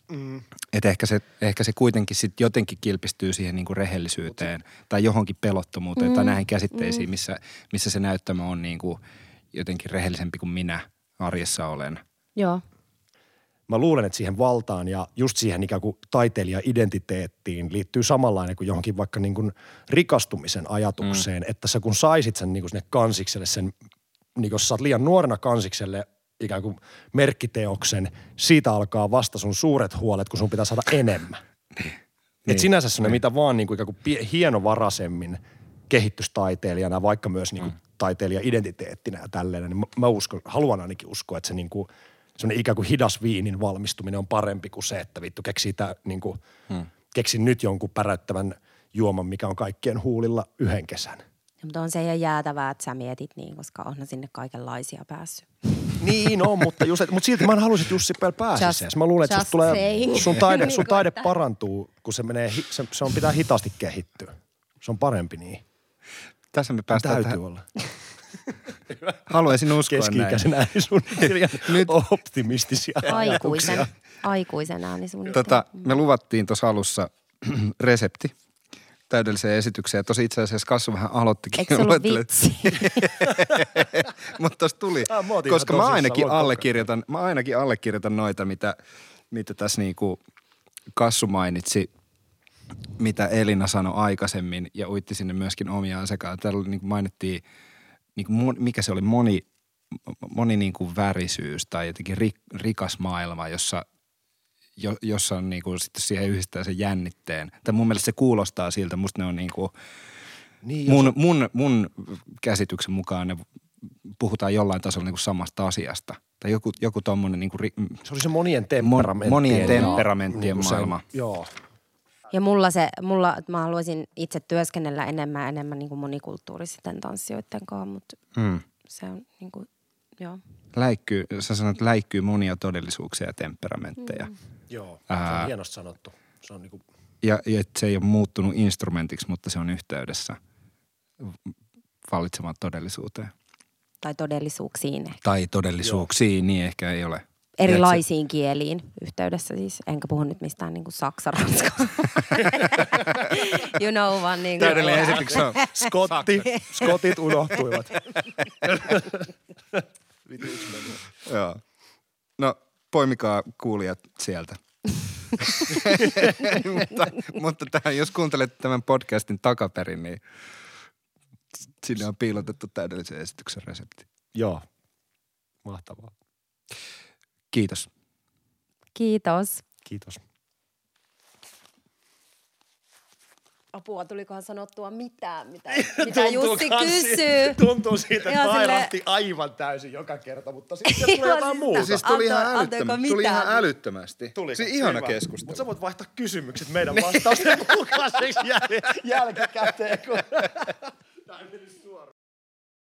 Speaker 2: Että ehkä se kuitenkin sitten jotenkin kilpistyy siihen niinku rehellisyyteen tai johonkin pelottomuuteen tai näihin käsitteisiin, missä se näyttämö on niinku jotenkin rehellisempi kuin minä arjessa olen.
Speaker 3: Joo.
Speaker 4: Mä luulen, että siihen valtaan ja just siihen ikään kuin taiteilija-identiteettiin liittyy samanlainen kuin johonkin vaikka niin kuin rikastumisen ajatukseen, että sä kun saisit sen niin kuin sinne kansikselle, sen, niin jos sä oot liian nuorena kansikselle ikään kuin merkkiteoksen, siitä alkaa vasta sun suuret huolet, kun sun pitää saada enemmän. Että sinänsä se mitä vaan niin kuin ikään kuin hienovaraisemmin kehitystaiteilijana, vaikka myös niin kuin taiteilija-identiteettinä ja tälleen, niin mä haluan ainakin uskoa, että se niin kuin semmoinen ikään kuin hidas viinin valmistuminen on parempi kuin se, että vittu keksin nyt jonkun päräyttävän juoman, mikä on kaikkien huulilla yhden kesän.
Speaker 3: Mutta on se ihan jäätävää, että sä mietit niin, koska onhan sinne kaikenlaisia päässyt.
Speaker 4: Niin on, mutta silti mä en haluaisin, että Jussi pääsisi. Mä luulen, että sun taide parantuu, kun se menee, se pitää hitaasti kehittyä. Se on parempi niin.
Speaker 2: Tässä me päästään
Speaker 4: täytyy olla.
Speaker 2: Haluaisin uskoa näin.
Speaker 4: Keski-ikäisen äänisuunnittelijan nyt optimistisia ajatuksia.
Speaker 3: Aikuisen äänisuunnittelijan.
Speaker 2: Me luvattiin tuossa alussa resepti täydelliseen esitykseen. Ja tosi itse asiassa Kassu vähän aloittikin.
Speaker 3: Eikö se ollut vitsi?
Speaker 2: Mutta tuossa tuli, koska mä ainakin allekirjoitan noita, mitä tässä niinku Kassu mainitsi, mitä Elina sanoi aikaisemmin ja uitti sinne myöskin omiaan sekaan. Täällä oli, niin mainittiin, niin mikä se oli, moni niin kuin värisyys tai jotenkin rikas maailma, jossa on niin kuin sitten siihen yhdistää sen jännitteen. Tai mun mielestä se kuulostaa siltä, musta ne on niin kuin, mun käsityksen mukaan ne puhutaan jollain tasolla niin kuin samasta asiasta. Tai joku tommonen niin kuin
Speaker 4: se oli se monien temperamenttien
Speaker 2: maailma.
Speaker 4: Joo.
Speaker 3: Ja mä haluaisin itse työskennellä enemmän niin kuin monikulttuuristen tanssijoiden kanssa, mutta se on niin kuin, joo.
Speaker 2: Sä sanot, että läikkyy monia todellisuuksia ja temperamentteja.
Speaker 4: Joo, se on hienosti sanottu. Se on niin kuin...
Speaker 2: Ja se ei ole muuttunut instrumentiksi, mutta se on yhteydessä vallitsevaan todellisuuteen.
Speaker 3: Tai todellisuuksiin ehkä.
Speaker 2: Tai todellisuuksiin, niin ehkä ei ole.
Speaker 3: Erilaisiin kieliin yhteydessä siis. Enkä puhu nyt mistään niin kuin saksa-ranskaa. You know, vaan niin kuin...
Speaker 2: Täydellinen esityksen on
Speaker 4: Skotit unohtuivat.
Speaker 2: Joo. No, poimikaa kuulijat sieltä. mutta tähän, jos kuuntelet tämän podcastin takaperin, niin sinne on piilotettu täydellisen esityksen resepti.
Speaker 4: Joo. Mahtavaa.
Speaker 2: Kiitos.
Speaker 3: Kiitos.
Speaker 4: Kiitos.
Speaker 3: Apua, tulikohan sanottua mitään, mitä Jussi kysyy.
Speaker 4: Tuntuu siitä, että vairahti aivan täysin joka kerta, mutta sitten tulee jotain muuta.
Speaker 2: Siis tuli ihan älyttömästi.
Speaker 4: Tuli
Speaker 2: ihana keskustelu.
Speaker 4: Mutta sä voit vaihtaa kysymykset meidän vastausten mukaiseksi jälkikäteen.